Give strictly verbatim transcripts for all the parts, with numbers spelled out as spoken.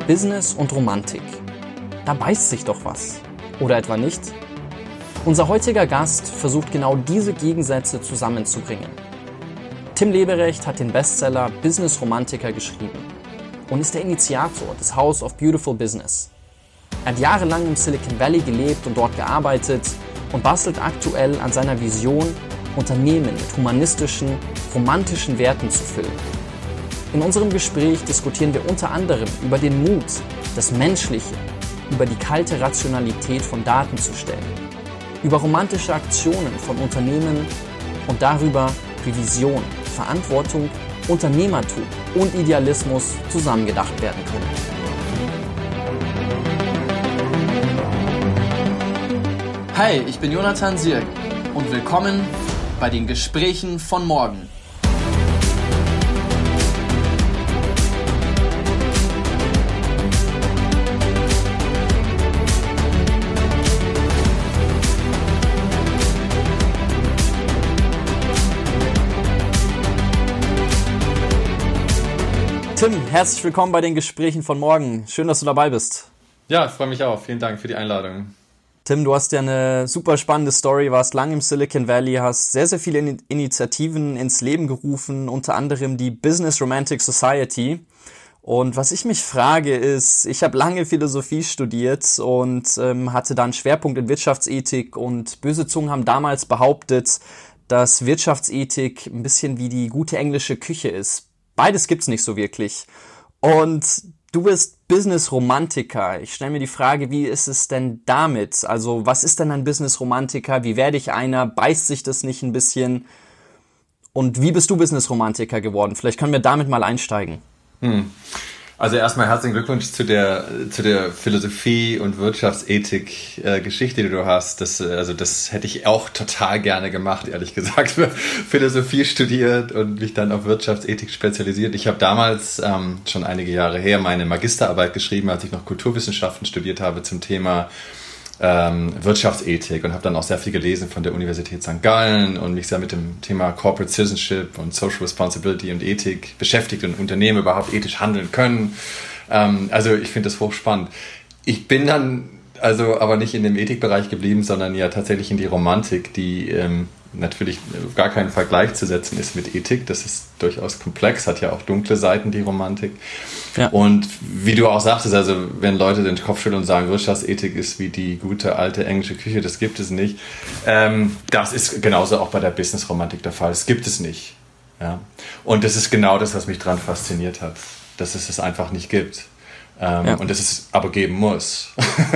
Business und Romantik. Da beißt sich doch was. Oder etwa nicht? Unser heutiger Gast versucht genau diese Gegensätze zusammenzubringen. Tim Leberecht hat den Bestseller Business Romantiker geschrieben und ist der Initiator des House of Beautiful Business. Er hat jahrelang im Silicon Valley gelebt und dort gearbeitet und bastelt aktuell an seiner Vision, Unternehmen mit humanistischen, romantischen Werten zu füllen. In unserem Gespräch diskutieren wir unter anderem über den Mut, das Menschliche, über die kalte Rationalität von Daten zu stellen, über romantische Aktionen von Unternehmen und darüber, wie Vision, Verantwortung, Unternehmertum und Idealismus zusammengedacht werden können. Hi, ich bin Jonathan Sirk und willkommen bei den Gesprächen von morgen. Tim, herzlich willkommen bei den Gesprächen von morgen. Schön, dass du dabei bist. Ja, ich freue mich auch. Vielen Dank für die Einladung. Tim, du hast ja eine super spannende Story, warst lang im Silicon Valley, hast sehr, sehr viele Initiativen ins Leben gerufen, unter anderem die Business Romantic Society. Und was ich mich frage ist, ich habe lange Philosophie studiert und ähm, hatte da einen Schwerpunkt in Wirtschaftsethik, und böse Zungen haben damals behauptet, dass Wirtschaftsethik ein bisschen wie die gute englische Küche ist. Beides gibt's nicht so wirklich. Und du bist Business-Romantiker. Ich stelle mir die Frage, wie ist es denn damit? Also, was ist denn ein Business-Romantiker? Wie werde ich einer? Beißt sich das nicht ein bisschen? Und wie bist du Business-Romantiker geworden? Vielleicht können wir damit mal einsteigen. Hm. Also erstmal herzlichen Glückwunsch zu der zu der Philosophie- und Wirtschaftsethik-Geschichte, die du hast. Das, also das hätte ich auch total gerne gemacht, ehrlich gesagt. Philosophie studiert und mich dann auf Wirtschaftsethik spezialisiert. Ich habe damals, ähm, schon einige Jahre her, meine Magisterarbeit geschrieben, als ich noch Kulturwissenschaften studiert habe, zum Thema Ähm, Wirtschaftsethik, und habe dann auch sehr viel gelesen von der Universität Sankt Gallen und mich sehr mit dem Thema Corporate Citizenship und Social Responsibility und Ethik beschäftigt und Unternehmen überhaupt ethisch handeln können. Ähm, also ich finde das hochspannend. Ich bin dann also aber nicht in dem Ethikbereich geblieben, sondern ja tatsächlich in die Romantik, die ähm, natürlich auf gar keinen Fall gleichzusetzen ist mit Ethik. Das ist durchaus komplex, hat ja auch dunkle Seiten, die Romantik. Ja. Und wie du auch sagtest, also wenn Leute den Kopf schütteln und sagen, Wirtschaftsethik ist wie die gute alte englische Küche, das gibt es nicht. Ähm, das ist genauso auch bei der Business-Romantik der Fall. Das gibt es nicht. Ja? Und das ist genau das, was mich daran fasziniert hat, dass es es einfach nicht gibt. Ähm, ja. Und dass es aber geben muss.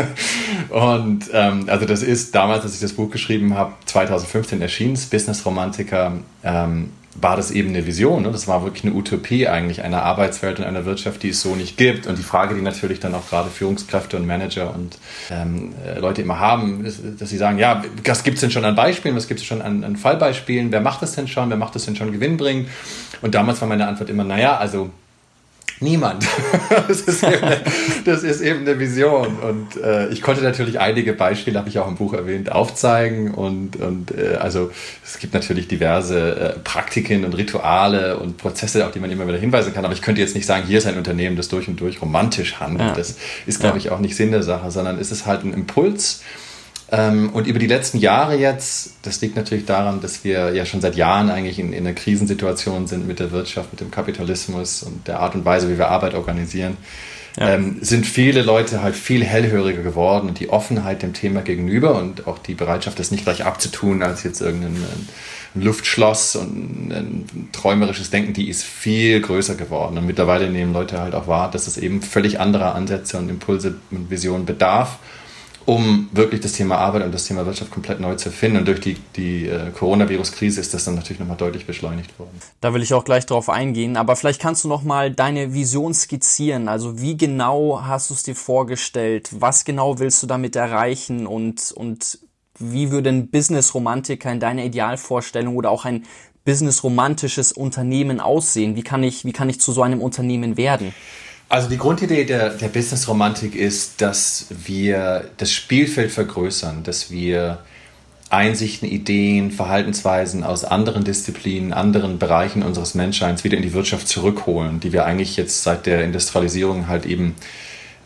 Und ähm, also das ist damals, als ich das Buch geschrieben habe, zwanzig fünfzehn erschienen, das Business Romantiker, ähm, war das eben eine Vision. Ne? Das war wirklich eine Utopie eigentlich, einer Arbeitswelt und einer Wirtschaft, die es so nicht gibt. Und die Frage, die natürlich dann auch gerade Führungskräfte und Manager und ähm, Leute immer haben, ist, dass sie sagen, ja, was gibt es denn schon an Beispielen, was gibt es schon an, an Fallbeispielen, wer macht das denn schon, wer macht das denn schon gewinnbringend? Und damals war meine Antwort immer, naja, also niemand. Das ist eben eine, das ist eben eine Vision. Und äh, ich konnte natürlich einige Beispiele, habe ich auch im Buch erwähnt, aufzeigen. Und, und äh, also es gibt natürlich diverse äh, Praktiken und Rituale und Prozesse, auf die man immer wieder hinweisen kann. Aber ich könnte jetzt nicht sagen, hier ist ein Unternehmen, das durch und durch romantisch handelt. Ja. Das ist, glaube ja. ich, auch nicht Sinn der Sache, sondern es ist halt ein Impuls. Und über die letzten Jahre jetzt, das liegt natürlich daran, dass wir ja schon seit Jahren eigentlich in, in einer Krisensituation sind mit der Wirtschaft, mit dem Kapitalismus und der Art und Weise, wie wir Arbeit organisieren, ja. ähm, sind viele Leute halt viel hellhöriger geworden, und die Offenheit dem Thema gegenüber und auch die Bereitschaft, das nicht gleich abzutun als jetzt irgendein ein Luftschloss und ein träumerisches Denken, die ist viel größer geworden. Und mittlerweile nehmen Leute halt auch wahr, dass es eben völlig anderer Ansätze und Impulse und Visionen bedarf, um wirklich das Thema Arbeit und das Thema Wirtschaft komplett neu zu finden. Und durch die, die äh, Coronavirus-Krise ist das dann natürlich nochmal deutlich beschleunigt worden. Da will ich auch gleich drauf eingehen. Aber vielleicht kannst du nochmal deine Vision skizzieren. Also wie genau hast du es dir vorgestellt? Was genau willst du damit erreichen? Und, und wie würde ein Business-Romantiker in deiner Idealvorstellung oder auch ein business-romantisches Unternehmen aussehen? Wie kann ich, wie kann ich zu so einem Unternehmen werden? Also die Grundidee der, der Business-Romantik ist, dass wir das Spielfeld vergrößern, dass wir Einsichten, Ideen, Verhaltensweisen aus anderen Disziplinen, anderen Bereichen unseres Menschseins wieder in die Wirtschaft zurückholen, die wir eigentlich jetzt seit der Industrialisierung halt eben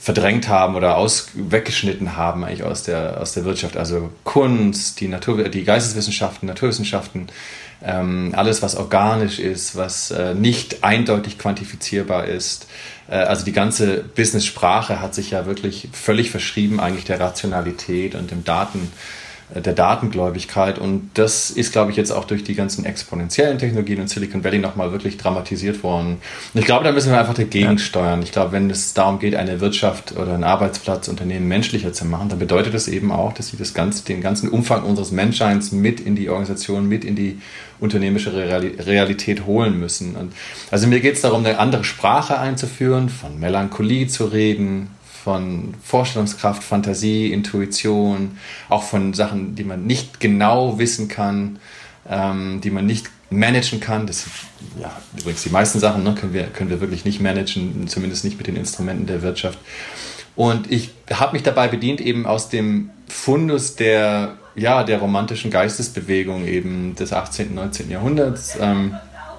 verdrängt haben oder aus, weggeschnitten haben eigentlich aus der, aus der Wirtschaft. Also Kunst, die Natur, die Geisteswissenschaften, Naturwissenschaften, ähm, alles, was organisch ist, was äh, nicht eindeutig quantifizierbar ist. Äh, also die ganze Business-Sprache hat sich ja wirklich völlig verschrieben eigentlich der Rationalität und dem Daten, der Datengläubigkeit, und das ist, glaube ich, jetzt auch durch die ganzen exponentiellen Technologien in Silicon Valley nochmal wirklich dramatisiert worden. Und ich glaube, da müssen wir einfach dagegen steuern. Ich glaube, wenn es darum geht, eine Wirtschaft oder ein Arbeitsplatz, Unternehmen menschlicher zu machen, dann bedeutet das eben auch, dass sie das ganze, den ganzen Umfang unseres Menschseins mit in die Organisation, mit in die unternehmerische Realität holen müssen. Und also mir geht es darum, eine andere Sprache einzuführen, von Melancholie zu reden, von Vorstellungskraft, Fantasie, Intuition, auch von Sachen, die man nicht genau wissen kann, ähm, die man nicht managen kann. Das sind ja übrigens die meisten Sachen, ne, können wir, können wir wirklich nicht managen, zumindest nicht mit den Instrumenten der Wirtschaft. Und ich habe mich dabei bedient eben aus dem Fundus der, ja, der romantischen Geistesbewegung eben des achtzehnten, neunzehnten Jahrhunderts, ähm,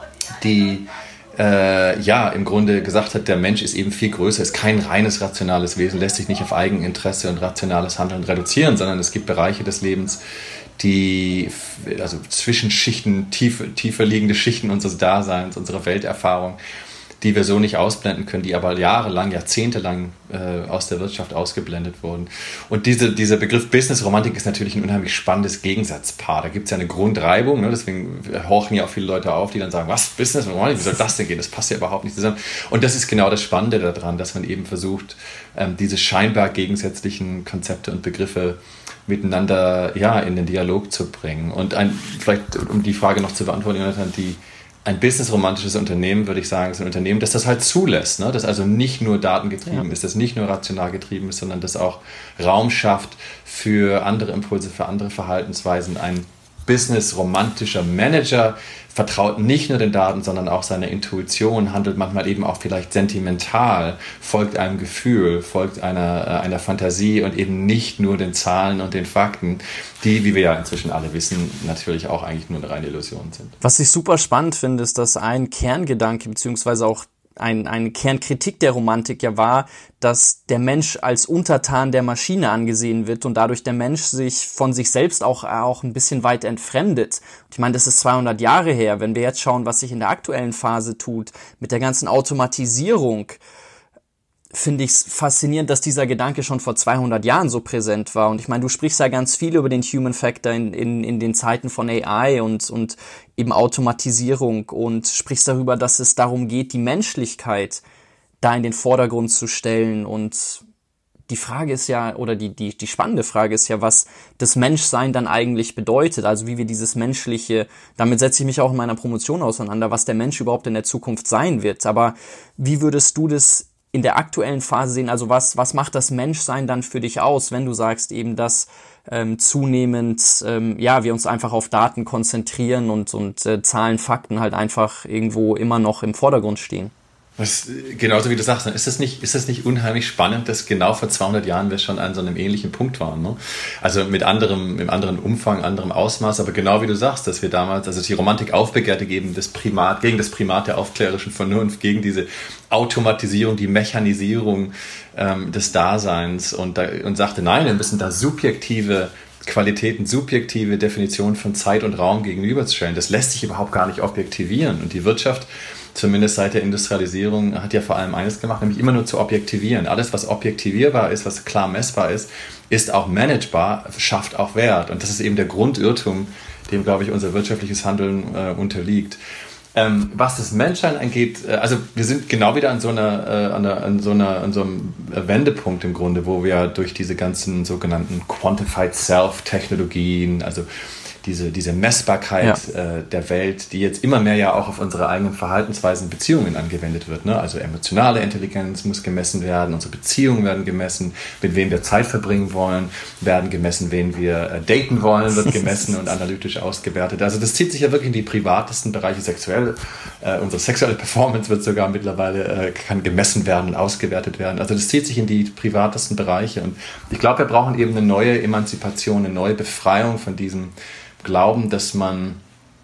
die Äh, ja, im Grunde gesagt hat, der Mensch ist eben viel größer, ist kein reines rationales Wesen, lässt sich nicht auf Eigeninteresse und rationales Handeln reduzieren, sondern es gibt Bereiche des Lebens, die, also Zwischenschichten, tiefe, tiefer liegende Schichten unseres Daseins, unserer Welterfahrung, die wir so nicht ausblenden können, die aber jahrelang, jahrzehntelang äh, aus der Wirtschaft ausgeblendet wurden. Und diese, dieser Begriff Business-Romantik ist natürlich ein unheimlich spannendes Gegensatzpaar. Da gibt es ja eine Grundreibung, ne? Deswegen horchen ja auch viele Leute auf, die dann sagen, was, Business-Romantik, wie soll das denn gehen? Das passt ja überhaupt nicht zusammen. Und das ist genau das Spannende daran, dass man eben versucht, ähm, diese scheinbar gegensätzlichen Konzepte und Begriffe miteinander ja, in den Dialog zu bringen. Und ein, vielleicht, um die Frage noch zu beantworten, Jonathan, die ein businessromantisches Unternehmen, würde ich sagen, ist ein Unternehmen, das das halt zulässt, ne? Das also nicht nur datengetrieben ja. ist, das nicht nur rational getrieben ist, sondern das auch Raum schafft für andere Impulse, für andere Verhaltensweisen. Ein businessromantischer Manager vertraut nicht nur den Daten, sondern auch seiner Intuition, handelt manchmal eben auch vielleicht sentimental, folgt einem Gefühl, folgt einer, einer Fantasie und eben nicht nur den Zahlen und den Fakten, die, wie wir ja inzwischen alle wissen, natürlich auch eigentlich nur eine reine Illusion sind. Was ich super spannend finde, ist, dass ein Kerngedanke beziehungsweise auch Ein, eine Kernkritik der Romantik ja war, dass der Mensch als Untertan der Maschine angesehen wird und dadurch der Mensch sich von sich selbst auch, auch ein bisschen weit entfremdet. Und ich meine, das ist zweihundert Jahre her. Wenn wir jetzt schauen, was sich in der aktuellen Phase tut, mit der ganzen Automatisierung, finde ich es faszinierend, dass dieser Gedanke schon vor zweihundert Jahren so präsent war. Und ich meine, du sprichst ja ganz viel über den Human Factor in, in, in den Zeiten von A I und, und eben Automatisierung und sprichst darüber, dass es darum geht, die Menschlichkeit da in den Vordergrund zu stellen. Und die Frage ist ja, oder die, die, die spannende Frage ist ja, was das Menschsein dann eigentlich bedeutet. Also wie wir dieses Menschliche, damit setze ich mich auch in meiner Promotion auseinander, was der Mensch überhaupt in der Zukunft sein wird. Aber wie würdest du das in der aktuellen Phase sehen, also was, was macht das Menschsein dann für dich aus, wenn du sagst eben, dass ähm, zunehmend ähm, ja wir uns einfach auf Daten konzentrieren und, und äh, Zahlen, Fakten halt einfach irgendwo immer noch im Vordergrund stehen? Was, genauso wie du sagst, ist das nicht, ist das nicht unheimlich spannend, dass genau vor zweihundert Jahren wir schon an so einem ähnlichen Punkt waren, ne? Also mit anderem, mit anderem Umfang, anderem Ausmaß, aber genau wie du sagst, dass wir damals, also die Romantik aufbegehrte gegen das Primat, gegen das Primat der aufklärerischen Vernunft, gegen diese Automatisierung, die Mechanisierung ähm, des Daseins und, da, und sagte, nein, wir müssen da subjektive Qualitäten, subjektive Definitionen von Zeit und Raum gegenüberzustellen. Das lässt sich überhaupt gar nicht objektivieren. Und die Wirtschaft, zumindest seit der Industrialisierung, hat ja vor allem eines gemacht, nämlich immer nur zu objektivieren. Alles, was objektivierbar ist, was klar messbar ist, ist auch managebar, schafft auch Wert. Und das ist eben der Grundirrtum, dem, glaube ich, unser wirtschaftliches Handeln äh, unterliegt. Ähm, was das Menschsein angeht, äh, also wir sind genau wieder an so einer, äh, an, einer, an so einer, an so einem Wendepunkt im Grunde, wo wir durch diese ganzen sogenannten Quantified Self-Technologien, also diese, diese Messbarkeit ja. äh, der Welt, die jetzt immer mehr ja auch auf unsere eigenen Verhaltensweisen, Beziehungen angewendet wird. Ne? Also emotionale Intelligenz muss gemessen werden, unsere Beziehungen werden gemessen, mit wem wir Zeit verbringen wollen, werden gemessen, wen wir äh, daten wollen, wird gemessen und analytisch ausgewertet. Also das zieht sich ja wirklich in die privatesten Bereiche sexuell. Äh, unsere sexuelle Performance wird sogar mittlerweile, äh, kann gemessen werden und ausgewertet werden. Also das zieht sich in die privatesten Bereiche. Und ich glaube, wir brauchen eben eine neue Emanzipation, eine neue Befreiung von diesem Glauben, dass man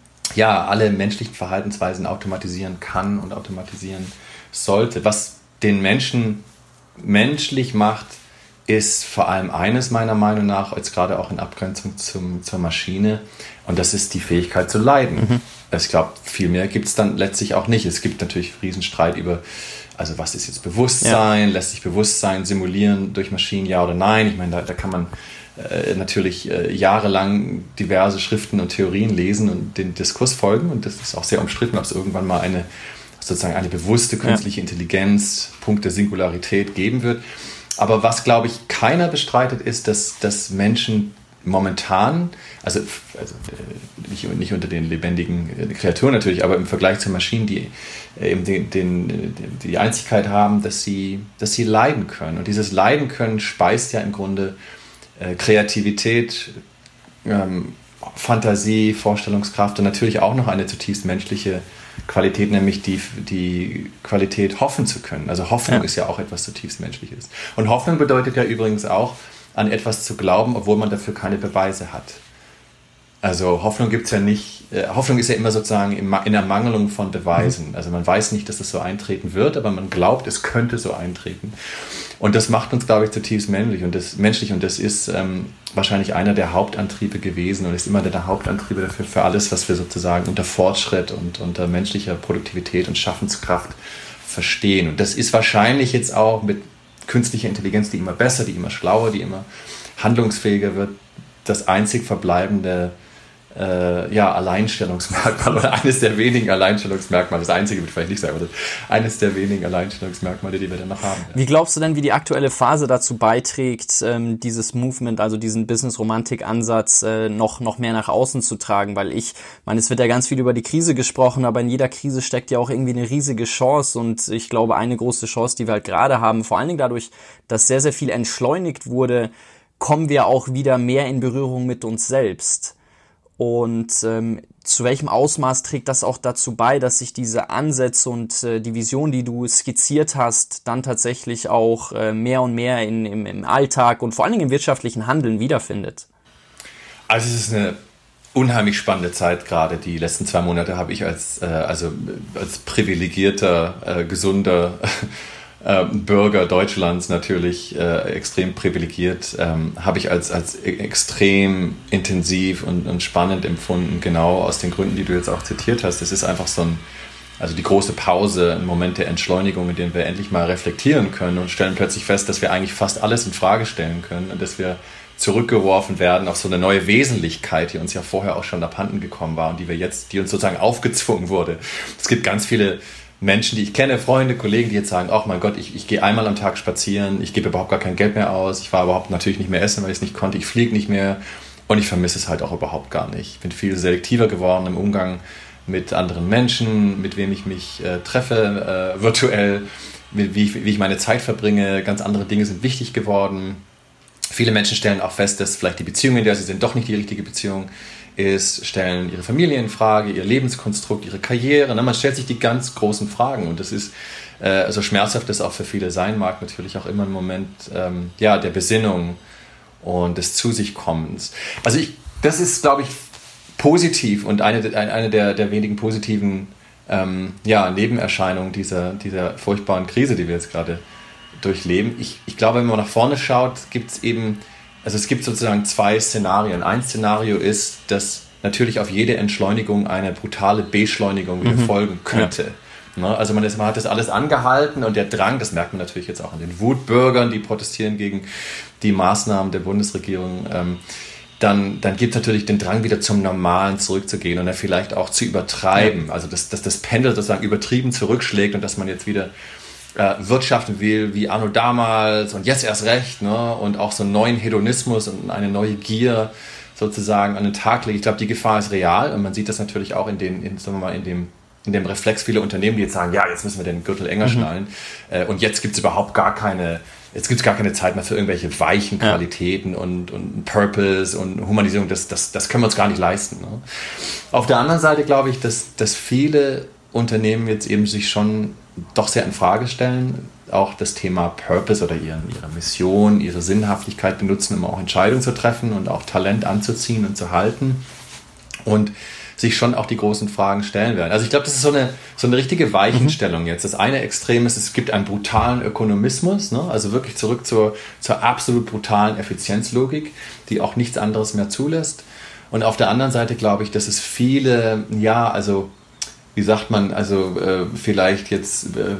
ja alle menschlichen Verhaltensweisen automatisieren kann und automatisieren sollte, was den Menschen menschlich macht, ist vor allem eines meiner Meinung nach, jetzt gerade auch in Abgrenzung zum, zur Maschine, und das ist die Fähigkeit zu leiden. Mhm. Ich glaube, viel mehr gibt es dann letztlich auch nicht. Es gibt natürlich Riesenstreit über, also was ist jetzt Bewusstsein, ja. lässt sich Bewusstsein simulieren durch Maschinen, ja oder nein. Ich meine, da, da kann man äh, natürlich äh, jahrelang diverse Schriften und Theorien lesen und den Diskurs folgen, und das ist auch sehr umstritten, ob es irgendwann mal eine sozusagen eine bewusste künstliche ja. Intelligenz, Punkt der Singularität geben wird. Aber was, glaube ich, keiner bestreitet, ist, dass, dass Menschen momentan, also, also nicht, nicht unter den lebendigen Kreaturen natürlich, aber im Vergleich zu Maschinen, die eben den, den, die Einzigkeit haben, dass sie, dass sie leiden können. Und dieses Leiden können speist ja im Grunde äh, Kreativität, ähm, Fantasie, Vorstellungskraft und natürlich auch noch eine zutiefst menschliche Qualität, nämlich die, die Qualität, hoffen zu können. Also Hoffnung ja. ist ja auch etwas zutiefst Menschliches. Und Hoffnung bedeutet ja übrigens auch, an etwas zu glauben, obwohl man dafür keine Beweise hat. Also Hoffnung gibt es ja nicht, äh, Hoffnung ist ja immer sozusagen in, in Ermangelung von Beweisen. Mhm. Also man weiß nicht, dass es so eintreten wird, aber man glaubt, es könnte so eintreten. Und das macht uns, glaube ich, zutiefst menschlich. Und das, menschlich. Und das ist ähm, wahrscheinlich einer der Hauptantriebe gewesen und ist immer der, der Hauptantriebe dafür für alles, was wir sozusagen unter Fortschritt und unter menschlicher Produktivität und Schaffenskraft verstehen. Und das ist wahrscheinlich jetzt auch mit künstlicher Intelligenz, die immer besser, die immer schlauer, die immer handlungsfähiger wird, das einzig verbleibende äh, ja, Alleinstellungsmerkmal oder eines der wenigen Alleinstellungsmerkmale, das einzige wird vielleicht nicht sein, aber eines der wenigen Alleinstellungsmerkmale, die wir dann noch haben. Wie glaubst du denn, wie die aktuelle Phase dazu beiträgt, ähm, dieses Movement, also diesen Business-Romantik-Ansatz äh, noch, noch mehr nach außen zu tragen? Weil ich meine, es wird ja ganz viel über die Krise gesprochen, aber in jeder Krise steckt ja auch irgendwie eine riesige Chance, und ich glaube, eine große Chance, die wir halt gerade haben, vor allen Dingen dadurch, dass sehr, sehr viel entschleunigt wurde, kommen wir auch wieder mehr in Berührung mit uns selbst. Und ähm, zu welchem Ausmaß trägt das auch dazu bei, dass sich diese Ansätze und äh, die Vision, die du skizziert hast, dann tatsächlich auch äh, mehr und mehr in, im, im Alltag und vor allen Dingen im wirtschaftlichen Handeln wiederfindet? Also es ist eine unheimlich spannende Zeit gerade. Die letzten zwei Monate habe ich als, äh, also als privilegierter, äh, gesunder äh, Bürger Deutschlands natürlich äh, extrem privilegiert, ähm, habe ich als, als extrem intensiv und, und spannend empfunden, genau aus den Gründen, die du jetzt auch zitiert hast. Es ist einfach so ein, also die große Pause, ein Moment der Entschleunigung, in dem wir endlich mal reflektieren können und stellen plötzlich fest, dass wir eigentlich fast alles in Frage stellen können und dass wir zurückgeworfen werden auf so eine neue Wesentlichkeit, die uns ja vorher auch schon abhanden gekommen war und die wir jetzt, die uns sozusagen aufgezwungen wurde. Es gibt ganz viele Menschen, die ich kenne, Freunde, Kollegen, die jetzt sagen, ach mein Gott, ich, ich gehe einmal am Tag spazieren, ich gebe überhaupt gar kein Geld mehr aus, ich war überhaupt natürlich nicht mehr essen, weil ich es nicht konnte, ich fliege nicht mehr und ich vermisse es halt auch überhaupt gar nicht. Ich bin viel selektiver geworden im Umgang mit anderen Menschen, mit wem ich mich äh, treffe, äh, virtuell, wie, wie, ich, wie ich meine Zeit verbringe, ganz andere Dinge sind wichtig geworden. Viele Menschen stellen auch fest, dass vielleicht die Beziehung, in der sie sind, doch nicht die richtige Beziehung ist, stellen ihre Familie in Frage, ihr Lebenskonstrukt, ihre Karriere. Man stellt sich die ganz großen Fragen und das ist, äh, so schmerzhaft das auch für viele sein mag, natürlich auch immer ein Moment ähm, ja, der Besinnung und des Zu sich Kommens. Also ich, das ist, glaube ich, positiv und eine, eine der, der wenigen positiven ähm, ja, Nebenerscheinungen dieser, dieser furchtbaren Krise, die wir jetzt gerade durchleben. Ich, ich glaube, wenn man nach vorne schaut, gibt es eben, also es gibt sozusagen zwei Szenarien. Ein Szenario ist, dass natürlich auf jede Entschleunigung eine brutale Beschleunigung wieder mhm. folgen könnte. Ja. Also man, ist, man hat das alles angehalten und der Drang, das merkt man natürlich jetzt auch an den Wutbürgern, die protestieren gegen die Maßnahmen der Bundesregierung, ähm, dann, dann gibt es natürlich den Drang, wieder zum Normalen zurückzugehen und dann vielleicht auch zu übertreiben. Ja. Also dass, dass das Pendel sozusagen übertrieben zurückschlägt und dass man jetzt wieder äh, wirtschaften will wie anno damals und jetzt erst recht, ne? Und auch so einen neuen Hedonismus und eine neue Gier sozusagen an den Tag legt. Ich glaube, die Gefahr ist real und man sieht das natürlich auch in, den, in, sagen wir mal, in dem in dem Reflex vieler Unternehmen, die jetzt sagen, ja, jetzt müssen wir den Gürtel enger mhm. schnallen äh, und jetzt gibt es überhaupt gar keine Jetzt gibt es gar keine Zeit mehr für irgendwelche weichen Qualitäten ja. und, und Purpose und Humanisierung. Das, das, das können wir uns gar nicht leisten. Ne? Auf der anderen Seite glaube ich, dass, dass viele Unternehmen jetzt eben sich schon doch sehr in Frage stellen, auch das Thema Purpose oder ihren, ihre Mission, ihre Sinnhaftigkeit benutzen, um auch Entscheidungen zu treffen und auch Talent anzuziehen und zu halten. Und sich schon auch die großen Fragen stellen werden. Also ich glaube, das ist so eine, so eine richtige Weichenstellung jetzt. Das eine Extrem ist, es gibt einen brutalen Ökonomismus, ne? Also wirklich zurück zur, zur absolut brutalen Effizienzlogik, die auch nichts anderes mehr zulässt. Und auf der anderen Seite glaube ich, dass es viele, ja, also wie sagt man, also äh, vielleicht jetzt äh,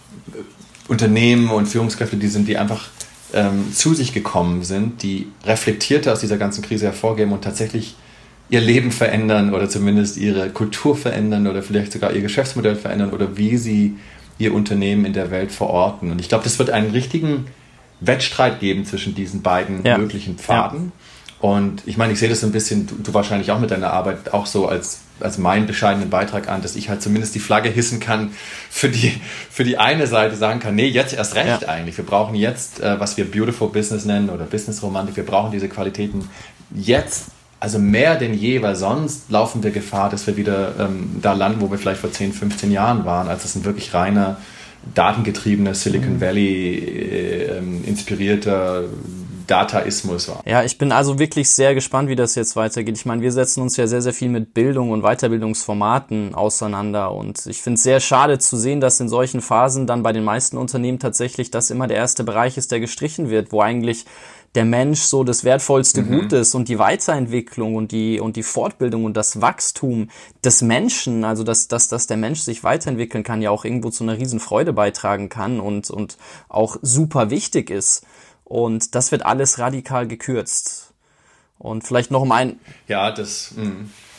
Unternehmen und Führungskräfte, die sind, die einfach ähm, zu sich gekommen sind, die reflektierter aus dieser ganzen Krise hervorgehen und tatsächlich ihr Leben verändern oder zumindest ihre Kultur verändern oder vielleicht sogar ihr Geschäftsmodell verändern oder wie sie ihr Unternehmen in der Welt verorten. Und ich glaube, das wird einen richtigen Wettstreit geben zwischen diesen beiden ja. möglichen Pfaden. Ja. Und ich meine, ich sehe das so ein bisschen, du, du wahrscheinlich auch mit deiner Arbeit, auch so als, als meinen bescheidenen Beitrag an, dass ich halt zumindest die Flagge hissen kann für die, für die eine Seite, sagen kann, nee, jetzt erst recht ja. eigentlich. Wir brauchen jetzt, äh, was wir Beautiful Business nennen oder Business Romantik, wir brauchen diese Qualitäten jetzt, also mehr denn je, weil sonst laufen wir Gefahr, dass wir wieder ähm, da landen, wo wir vielleicht vor zehn, fünfzehn Jahren waren, als es ein wirklich reiner, datengetriebener Silicon Valley äh, äh, inspirierter Dataismus war. Ja, ich bin also wirklich sehr gespannt, wie das jetzt weitergeht. Ich meine, wir setzen uns ja sehr, sehr viel mit Bildung und Weiterbildungsformaten auseinander und ich finde es sehr schade zu sehen, dass in solchen Phasen dann bei den meisten Unternehmen tatsächlich das immer der erste Bereich ist, der gestrichen wird, wo eigentlich der Mensch so das wertvollste mhm. Gut ist und die Weiterentwicklung und die und die Fortbildung und das Wachstum des Menschen, also dass, dass, dass der Mensch sich weiterentwickeln kann, ja auch irgendwo zu einer riesen Freude beitragen kann und, und auch super wichtig ist. Und das wird alles radikal gekürzt. Und vielleicht noch um ein... Ja, das... Mh.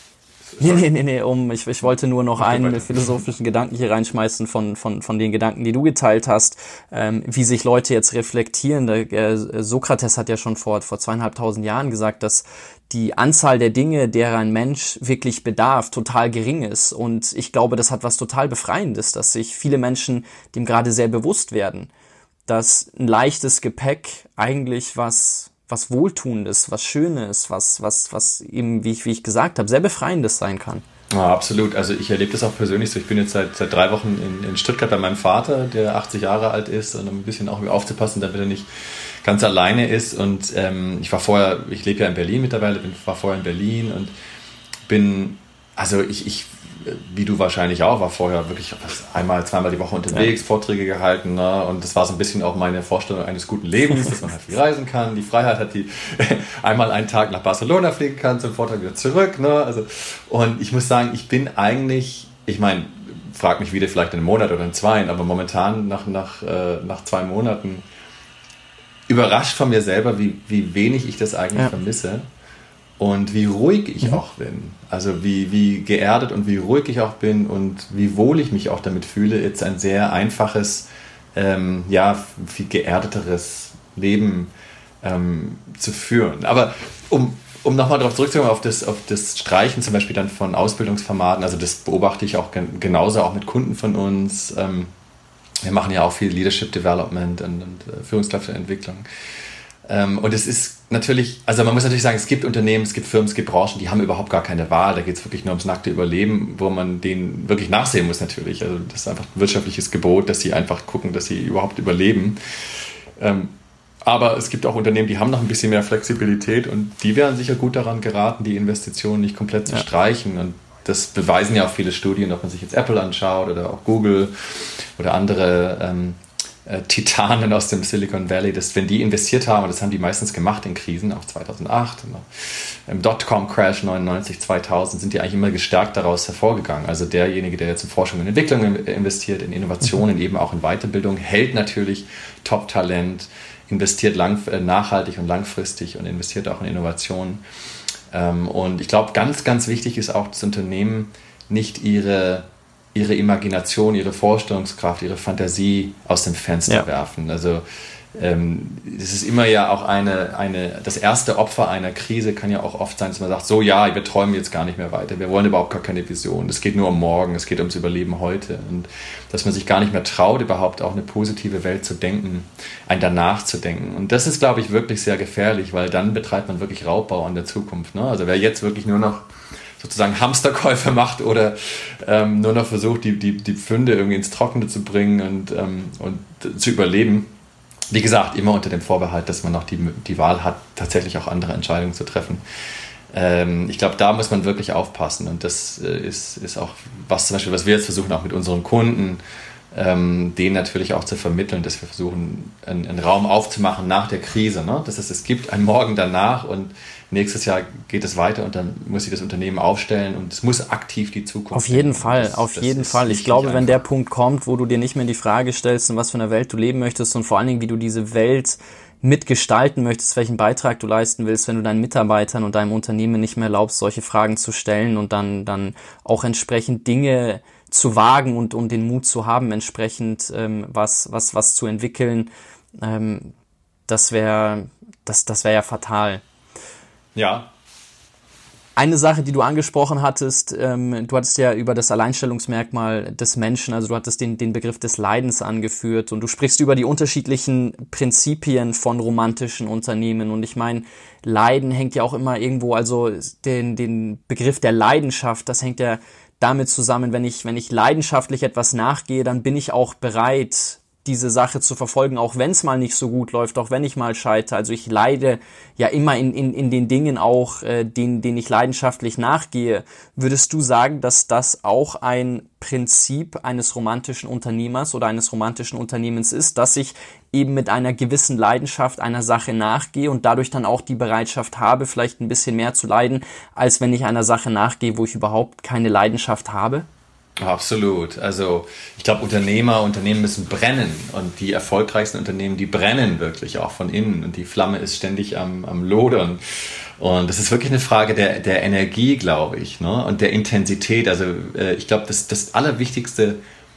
Nee, nee, nee, nee, um, ich, ich wollte nur noch einen philosophischen Gedanken hier reinschmeißen von, von, von den Gedanken, die du geteilt hast, ähm, wie sich Leute jetzt reflektieren. Der, äh, Sokrates hat ja schon vor, vor zweieinhalbtausend Jahren gesagt, dass die Anzahl der Dinge, derer ein Mensch wirklich bedarf, total gering ist. Und ich glaube, das hat was total Befreiendes, dass sich viele Menschen dem gerade sehr bewusst werden, dass ein leichtes Gepäck eigentlich was was Wohltuendes, was Schönes, was was was eben, wie ich, wie ich gesagt habe, sehr Befreiendes sein kann. Ja, absolut. Also ich erlebe das auch persönlich so. Ich bin jetzt seit seit drei Wochen in, in Stuttgart bei meinem Vater, der achtzig Jahre alt ist, und um ein bisschen auch aufzupassen, damit er nicht ganz alleine ist. Und ähm, ich war vorher, ich lebe ja in Berlin mittlerweile, bin, war vorher in Berlin und bin, also ich, ich wie du wahrscheinlich auch, war vorher wirklich einmal, zweimal die Woche unterwegs, ja. Vorträge gehalten, ne? Und das war so ein bisschen auch meine Vorstellung eines guten Lebens, dass man halt viel reisen kann, die Freiheit hat, die einmal einen Tag nach Barcelona fliegen kann, zum Vortrag wieder zurück, ne? Also, und ich muss sagen, ich bin eigentlich, ich meine, frag mich wieder vielleicht in einem Monat oder in zwei, aber momentan nach, nach, äh, nach zwei Monaten überrascht von mir selber, wie, wie wenig ich das eigentlich ja. vermisse. Und wie ruhig ich mhm. auch bin. Also wie, wie geerdet und wie ruhig ich auch bin und wie wohl ich mich auch damit fühle, jetzt ein sehr einfaches, ähm, ja, viel geerdeteres Leben ähm, zu führen. Aber um, um nochmal darauf zurückzukommen, auf das, auf das Streichen zum Beispiel dann von Ausbildungsformaten, also das beobachte ich auch gen- genauso auch mit Kunden von uns. Ähm, wir machen ja auch viel Leadership Development und, und äh, Führungskräfteentwicklung. Ähm, und es ist natürlich, also man muss natürlich sagen, es gibt Unternehmen, es gibt Firmen, es gibt Branchen, die haben überhaupt gar keine Wahl. Da geht es wirklich nur ums nackte Überleben, wo man denen wirklich nachsehen muss natürlich. Also das ist einfach ein wirtschaftliches Gebot, dass sie einfach gucken, dass sie überhaupt überleben. Ähm, aber es gibt auch Unternehmen, die haben noch ein bisschen mehr Flexibilität und die wären sicher gut daran geraten, die Investitionen nicht komplett zu ja. streichen. Und das beweisen ja auch viele Studien, ob man sich jetzt Apple anschaut oder auch Google oder andere ähm, Titanen aus dem Silicon Valley, dass wenn die investiert haben, und das haben die meistens gemacht in Krisen, auch zweitausendacht, im Dotcom-Crash neunundneunzig, zweitausend, sind die eigentlich immer gestärkt daraus hervorgegangen. Also derjenige, der jetzt in Forschung und Entwicklung investiert, in Innovationen, mhm. eben auch in Weiterbildung, hält natürlich Top-Talent, investiert lang, nachhaltig und langfristig und investiert auch in Innovationen. Und ich glaube, ganz, ganz wichtig ist auch, dass Unternehmen nicht ihre ihre Imagination, ihre Vorstellungskraft, ihre Fantasie aus dem Fenster ja. werfen. Also ähm, es ist immer ja auch eine, eine, das erste Opfer einer Krise kann ja auch oft sein, dass man sagt, so ja, wir träumen jetzt gar nicht mehr weiter, wir wollen überhaupt gar keine Vision, es geht nur um morgen, es geht ums Überleben heute und dass man sich gar nicht mehr traut, überhaupt auch eine positive Welt zu denken, ein Danach zu denken. Und das ist, glaube ich, wirklich sehr gefährlich, weil dann betreibt man wirklich Raubbau an der Zukunft. Ne? Also wer jetzt wirklich nur noch sozusagen Hamsterkäufe macht oder ähm, nur noch versucht, die, die, die Pfünde irgendwie ins Trockene zu bringen und, ähm, und zu überleben. Wie gesagt, immer unter dem Vorbehalt, dass man noch die, die Wahl hat, tatsächlich auch andere Entscheidungen zu treffen. Ähm, ich glaube, da muss man wirklich aufpassen. Und das äh, ist, ist auch was zum Beispiel, was wir jetzt versuchen, auch mit unseren Kunden, ähm, denen natürlich auch zu vermitteln, dass wir versuchen, einen, einen Raum aufzumachen nach der Krise. Ne? Das heißt, es gibt einen Morgen danach und nächstes Jahr geht es weiter und dann muss sich das Unternehmen aufstellen und es muss aktiv die Zukunft. Auf jeden Fall, das, auf das jeden Fall. Ich glaube, wenn der Punkt kommt, wo du dir nicht mehr die Frage stellst, in was für einer Welt du leben möchtest und vor allen Dingen, wie du diese Welt mitgestalten möchtest, welchen Beitrag du leisten willst, wenn du deinen Mitarbeitern und deinem Unternehmen nicht mehr erlaubst, solche Fragen zu stellen und dann, dann auch entsprechend Dinge zu wagen und, und den Mut zu haben, entsprechend ähm, was, was, was zu entwickeln, ähm, das wäre, das, das wäre ja fatal. Ja. Eine Sache, die du angesprochen hattest, ähm, du hattest ja über das Alleinstellungsmerkmal des Menschen, also du hattest den, den Begriff des Leidens angeführt und du sprichst über die unterschiedlichen Prinzipien von romantischen Unternehmen und ich meine, Leiden hängt ja auch immer irgendwo, also den, den Begriff der Leidenschaft, das hängt ja damit zusammen, wenn ich, wenn ich leidenschaftlich etwas nachgehe, dann bin ich auch bereit, diese Sache zu verfolgen, auch wenn es mal nicht so gut läuft, auch wenn ich mal scheitere. Also ich leide ja immer in, in, in den Dingen auch, äh, denen, denen ich leidenschaftlich nachgehe. Würdest du sagen, dass das auch ein Prinzip eines romantischen Unternehmers oder eines romantischen Unternehmens ist, dass ich eben mit einer gewissen Leidenschaft einer Sache nachgehe und dadurch dann auch die Bereitschaft habe, vielleicht ein bisschen mehr zu leiden, als wenn ich einer Sache nachgehe, wo ich überhaupt keine Leidenschaft habe? Absolut. Also ich glaube, Unternehmer, Unternehmen müssen brennen und die erfolgreichsten Unternehmen, die brennen wirklich auch von innen und die Flamme ist ständig am, am Lodern. Und das ist wirklich eine Frage der, der Energie, glaube ich, ne? Und der Intensität. Also äh, ich glaube, das, das allerwichtigste,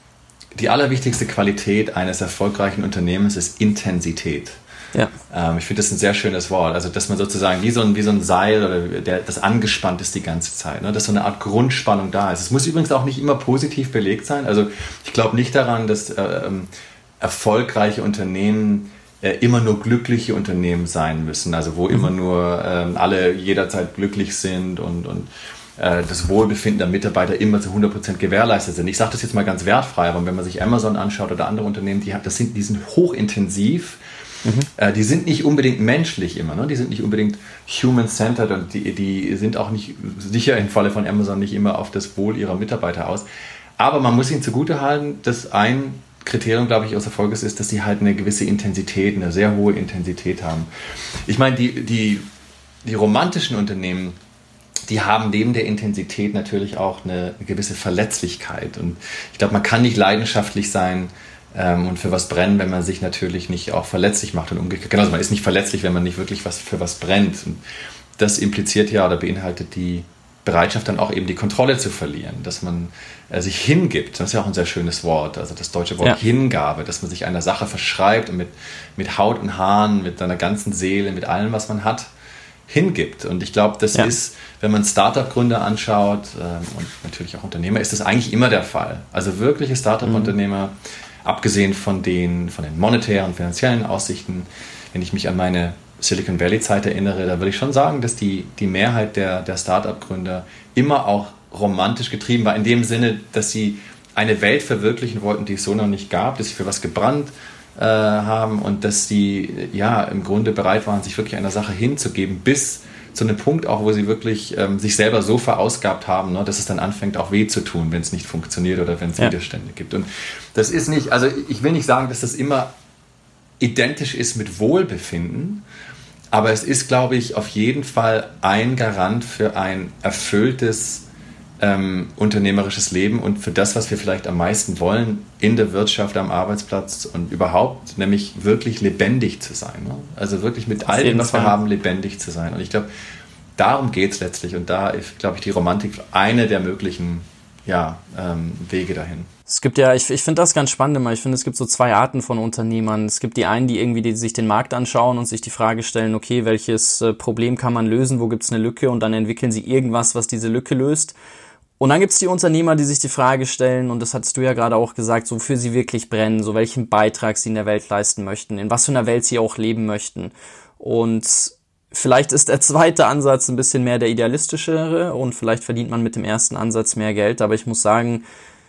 die allerwichtigste Qualität eines erfolgreichen Unternehmens ist Intensität. Ja. Ähm, ich finde das ein sehr schönes Wort. Also, dass man sozusagen wie so ein, wie so ein Seil oder der, das angespannt ist die ganze Zeit, ne? Dass so eine Art Grundspannung da ist. Es muss übrigens auch nicht immer positiv belegt sein. Also, ich glaube nicht daran, dass äh, ähm, erfolgreiche Unternehmen äh, immer nur glückliche Unternehmen sein müssen. Also, wo mhm. immer nur äh, alle jederzeit glücklich sind und, und äh, das Wohlbefinden der Mitarbeiter immer zu hundert Prozent gewährleistet sind. Ich sage das jetzt mal ganz wertfrei, aber wenn man sich Amazon anschaut oder andere Unternehmen, die, das sind, die sind hochintensiv. Mhm. Äh, die sind nicht unbedingt menschlich immer, ne? Die sind nicht unbedingt human-centered und die, die sind auch nicht, sicher im Falle von Amazon, nicht immer auf das Wohl ihrer Mitarbeiter aus. Aber man muss ihnen zugutehalten, dass ein Kriterium, glaube ich, aus Erfolges ist, dass sie halt eine gewisse Intensität, eine sehr hohe Intensität haben. Ich meine, die, die, die romantischen Unternehmen, die haben neben der Intensität natürlich auch eine, eine gewisse Verletzlichkeit. Und ich glaube, man kann nicht leidenschaftlich sein, Ähm, und für was brennen, wenn man sich natürlich nicht auch verletzlich macht und umgekehrt. Genau, also man ist nicht verletzlich, wenn man nicht wirklich was für was brennt. Und das impliziert ja oder beinhaltet die Bereitschaft dann auch eben die Kontrolle zu verlieren, dass man äh, sich hingibt. Das ist ja auch ein sehr schönes Wort, also das deutsche Wort ja. Hingabe, dass man sich einer Sache verschreibt und mit, mit Haut und Haaren, mit seiner ganzen Seele, mit allem, was man hat, hingibt. Und ich glaube, das ja. ist, wenn man Start-up-Gründer anschaut ähm, und natürlich auch Unternehmer, ist das eigentlich immer der Fall. Also wirkliche Start-up-Unternehmer, mhm. abgesehen von den, von den monetären, finanziellen Aussichten, wenn ich mich an meine Silicon Valley-Zeit erinnere, da würde ich schon sagen, dass die, die Mehrheit der, der Start-up-Gründer immer auch romantisch getrieben war, in dem Sinne, dass sie eine Welt verwirklichen wollten, die es so noch nicht gab, dass sie für was gebrannt äh, haben und dass sie ja im Grunde bereit waren, sich wirklich einer Sache hinzugeben, bis zu einem Punkt auch, wo sie wirklich ähm, sich selber so verausgabt haben, ne, dass es dann anfängt auch weh zu tun, wenn es nicht funktioniert oder wenn es ja. Widerstände gibt. Und das ist nicht, also ich will nicht sagen, dass das immer identisch ist mit Wohlbefinden, aber es ist, glaube ich, auf jeden Fall ein Garant für ein erfülltes ähm, unternehmerisches Leben und für das, was wir vielleicht am meisten wollen in der Wirtschaft, am Arbeitsplatz und überhaupt, nämlich wirklich lebendig zu sein. Ne? Also wirklich mit all dem, was wir haben, lebendig zu sein. Und ich glaube, darum geht es letztlich und da ist, glaube ich, die Romantik eine der möglichen ja, ähm, Wege dahin. Es gibt ja, ich, ich finde das ganz spannend immer. Ich finde, es gibt so zwei Arten von Unternehmern. Es gibt die einen, die irgendwie die sich den Markt anschauen und sich die Frage stellen, okay, welches äh, Problem kann man lösen, wo gibt es eine Lücke und dann entwickeln sie irgendwas, was diese Lücke löst. Und dann gibt es die Unternehmer, die sich die Frage stellen, und das hattest du ja gerade auch gesagt, so wofür sie wirklich brennen, so welchen Beitrag sie in der Welt leisten möchten, in was für einer Welt sie auch leben möchten. Und vielleicht ist der zweite Ansatz ein bisschen mehr der idealistischere und vielleicht verdient man mit dem ersten Ansatz mehr Geld, aber ich muss sagen,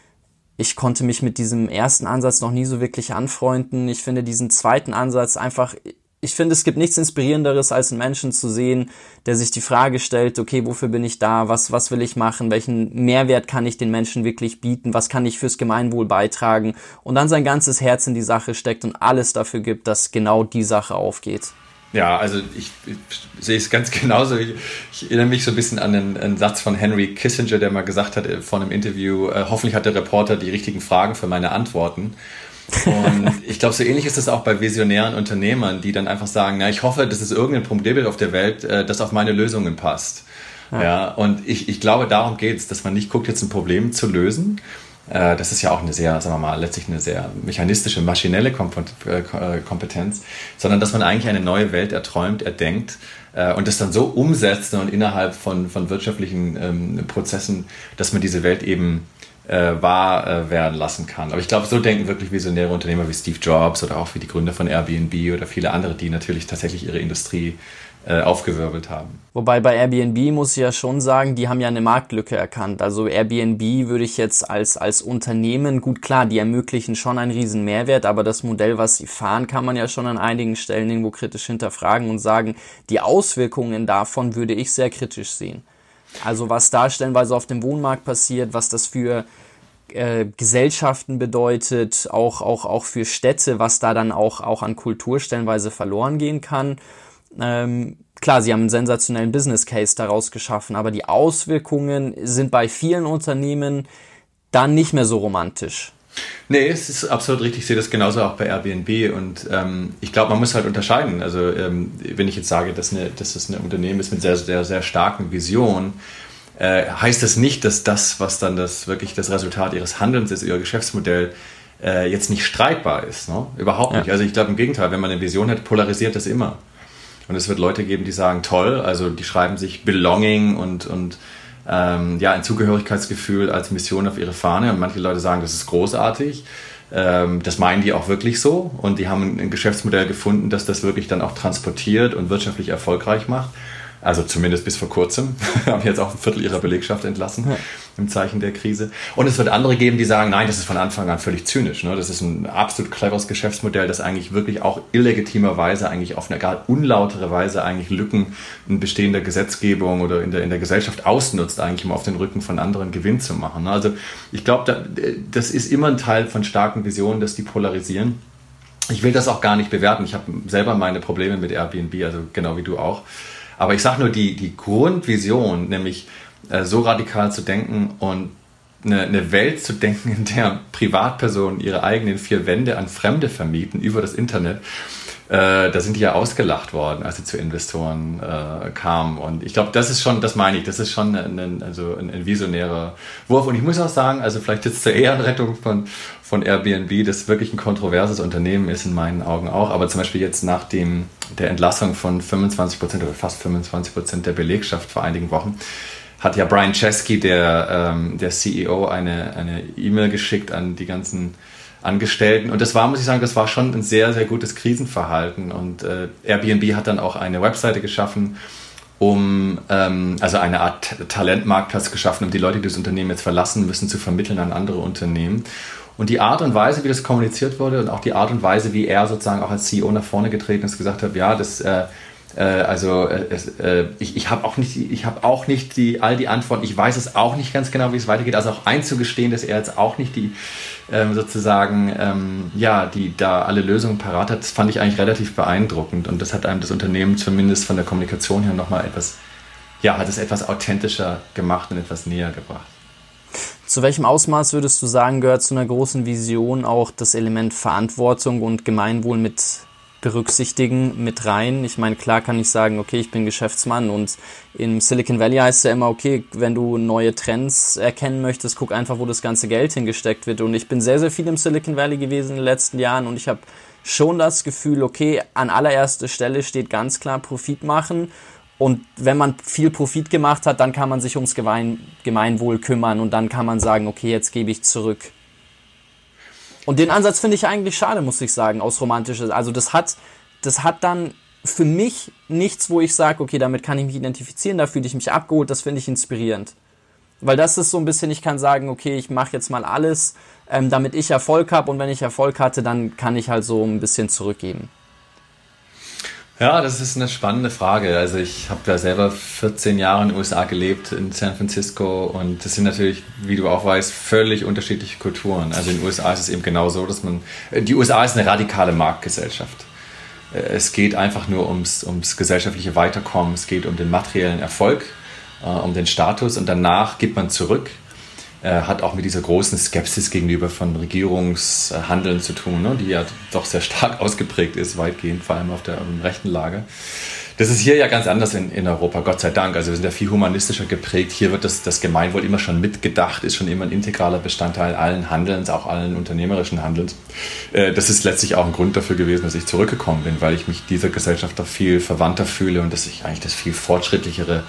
ich konnte mich mit diesem ersten Ansatz noch nie so wirklich anfreunden. Ich finde diesen zweiten Ansatz einfach ich finde, es gibt nichts Inspirierenderes, als einen Menschen zu sehen, der sich die Frage stellt, okay, wofür bin ich da, was, was will ich machen, welchen Mehrwert kann ich den Menschen wirklich bieten, was kann ich fürs Gemeinwohl beitragen und dann sein ganzes Herz in die Sache steckt und alles dafür gibt, dass genau die Sache aufgeht. Ja, also ich, ich sehe es ganz genauso. Ich, ich erinnere mich so ein bisschen an einen, einen Satz von Henry Kissinger, der mal gesagt hat vor einem Interview, äh, hoffentlich hat der Reporter die richtigen Fragen für meine Antworten. Und ich glaube, so ähnlich ist es auch bei visionären Unternehmern, die dann einfach sagen, na, ich hoffe, dass es irgendein Problem auf der Welt, äh, das auf meine Lösungen passt. Ja, ja und ich, ich glaube, darum geht es, dass man nicht guckt, jetzt ein Problem zu lösen. Äh, das ist ja auch eine sehr, sagen wir mal, letztlich eine sehr mechanistische, maschinelle Kompetenz, sondern dass man eigentlich eine neue Welt erträumt, erdenkt äh, und das dann so umsetzt und innerhalb von, von wirtschaftlichen ähm, Prozessen, dass man diese Welt eben Äh, wahr äh, werden lassen kann. Aber ich glaube, so denken wirklich visionäre Unternehmer wie Steve Jobs oder auch wie die Gründer von Airbnb oder viele andere, die natürlich tatsächlich ihre Industrie äh, aufgewirbelt haben. Wobei bei Airbnb muss ich ja schon sagen, die haben ja eine Marktlücke erkannt. Also Airbnb würde ich jetzt als als Unternehmen, gut klar, die ermöglichen schon einen riesen Mehrwert, aber das Modell, was sie fahren, kann man ja schon an einigen Stellen irgendwo kritisch hinterfragen und sagen, die Auswirkungen davon würde ich sehr kritisch sehen. Also was da stellenweise auf dem Wohnmarkt passiert, was das für äh, Gesellschaften bedeutet, auch, auch, auch für Städte, was da dann auch, auch an Kultur stellenweise verloren gehen kann. Ähm, klar, sie haben einen sensationellen Business Case daraus geschaffen, aber die Auswirkungen sind bei vielen Unternehmen dann nicht mehr so romantisch. Nee, es ist absolut richtig. Ich sehe das genauso auch bei Airbnb und ähm, ich glaube, man muss halt unterscheiden. Also ähm, wenn ich jetzt sage, dass, eine, dass das ein Unternehmen ist mit sehr, sehr, sehr starken Visionen, äh, heißt das nicht, dass das, was dann das wirklich das Resultat ihres Handelns ist, ihr Geschäftsmodell, äh, jetzt nicht streitbar ist. Ne? Überhaupt nicht. Ja. Also ich glaube im Gegenteil, wenn man eine Vision hat, polarisiert das immer. Und es wird Leute geben, die sagen, toll, also die schreiben sich Belonging und, und Ähm, ja, ein Zugehörigkeitsgefühl als Mission auf ihre Fahne und manche Leute sagen, das ist großartig, ähm, das meinen die auch wirklich so und die haben ein Geschäftsmodell gefunden, das das wirklich dann auch transportiert und wirtschaftlich erfolgreich macht, also zumindest bis vor kurzem, haben jetzt auch ein Viertel ihrer Belegschaft entlassen ja. im Zeichen der Krise und es wird andere geben, die sagen, nein, das ist von Anfang an völlig zynisch, ne? Das ist ein absolut cleveres Geschäftsmodell, das eigentlich wirklich auch illegitimerweise, eigentlich auf eine gar unlautere Weise eigentlich Lücken in bestehender Gesetzgebung oder in der, in der Gesellschaft ausnutzt, eigentlich um auf den Rücken von anderen Gewinn zu machen. Also ich glaube, da, das ist immer ein Teil von starken Visionen, dass die polarisieren. Ich will das auch gar nicht bewerten. Ich habe selber meine Probleme mit Airbnb, also genau wie du auch. Aber ich sage nur, die, die Grundvision, nämlich äh, so radikal zu denken und eine, eine Welt zu denken, in der Privatpersonen ihre eigenen vier Wände an Fremde vermieten über das Internet, äh, da sind die ja ausgelacht worden, als sie zu Investoren äh, kamen. Und ich glaube, das ist schon, das meine ich, das ist schon ein, also ein, ein visionärer Wurf. Und ich muss auch sagen, also vielleicht jetzt zur Ehrenrettung von, von Airbnb, das wirklich ein kontroverses Unternehmen ist, in meinen Augen auch. Aber zum Beispiel jetzt nach dem, der Entlassung von fünfundzwanzig Prozent oder fast fünfundzwanzig Prozent der Belegschaft vor einigen Wochen, hat ja Brian Chesky, der, ähm, der C E O, eine, eine E-Mail geschickt an die ganzen Angestellten. Und das war, muss ich sagen, das war schon ein sehr, sehr gutes Krisenverhalten. Und äh, Airbnb hat dann auch eine Webseite geschaffen, um, ähm, also eine Art Talentmarktplatz geschaffen, um die Leute, die das Unternehmen jetzt verlassen müssen, zu vermitteln an andere Unternehmen. Und die Art und Weise, wie das kommuniziert wurde und auch die Art und Weise, wie er sozusagen auch als C E O nach vorne getreten ist, gesagt hat, ja, das, äh, äh, also äh, äh, ich, ich habe auch nicht, ich habe auch nicht die all die Antworten. Ich weiß es auch nicht ganz genau, wie es weitergeht. Also auch einzugestehen, dass er jetzt auch nicht die ähm, sozusagen ähm, ja, die da alle Lösungen parat hat, das fand ich eigentlich relativ beeindruckend. Und das hat einem das Unternehmen zumindest von der Kommunikation her nochmal etwas, ja, hat es etwas authentischer gemacht und etwas näher gebracht. Zu welchem Ausmaß würdest du sagen, gehört zu einer großen Vision auch das Element Verantwortung und Gemeinwohl mit berücksichtigen, mit rein? Ich meine, klar kann ich sagen, okay, ich bin Geschäftsmann und im Silicon Valley heißt es ja immer, okay, wenn du neue Trends erkennen möchtest, guck einfach, wo das ganze Geld hingesteckt wird. Und ich bin sehr, sehr viel im Silicon Valley gewesen in den letzten Jahren und ich habe schon das Gefühl, okay, an allererster Stelle steht ganz klar Profit machen. Und wenn man viel Profit gemacht hat, dann kann man sich ums Gemein- Gemeinwohl kümmern und dann kann man sagen, okay, jetzt gebe ich zurück. Und den Ansatz finde ich eigentlich schade, muss ich sagen, aus romantisches. Also das hat, das hat dann für mich nichts, wo ich sage, okay, damit kann ich mich identifizieren, da fühle ich mich abgeholt, das finde ich inspirierend. Weil das ist so ein bisschen, ich kann sagen, okay, ich mache jetzt mal alles, ähm, damit ich Erfolg habe und wenn ich Erfolg hatte, dann kann ich halt so ein bisschen zurückgeben. Ja, das ist eine spannende Frage. Also ich habe ja selber vierzehn Jahre in den U S A gelebt, in San Francisco, und das sind natürlich, wie du auch weißt, völlig unterschiedliche Kulturen. Also in den U S A ist es eben genau so, dass man, die U S A ist eine radikale Marktgesellschaft. Es geht einfach nur ums, ums gesellschaftliche Weiterkommen, es geht um den materiellen Erfolg, äh, um den Status, und danach gibt man zurück. Äh, hat auch mit dieser großen Skepsis gegenüber von Regierungshandeln zu tun, ne, die ja doch sehr stark ausgeprägt ist, weitgehend, vor allem auf der im rechten Lager. Das ist hier ja ganz anders in, in Europa, Gott sei Dank. Also wir sind ja viel humanistischer geprägt. Hier wird das, das Gemeinwohl immer schon mitgedacht, ist schon immer ein integraler Bestandteil allen Handelns, auch allen unternehmerischen Handelns. Äh, das ist letztlich auch ein Grund dafür gewesen, dass ich zurückgekommen bin, weil ich mich dieser Gesellschaft da viel verwandter fühle und dass ich eigentlich das viel fortschrittlichere,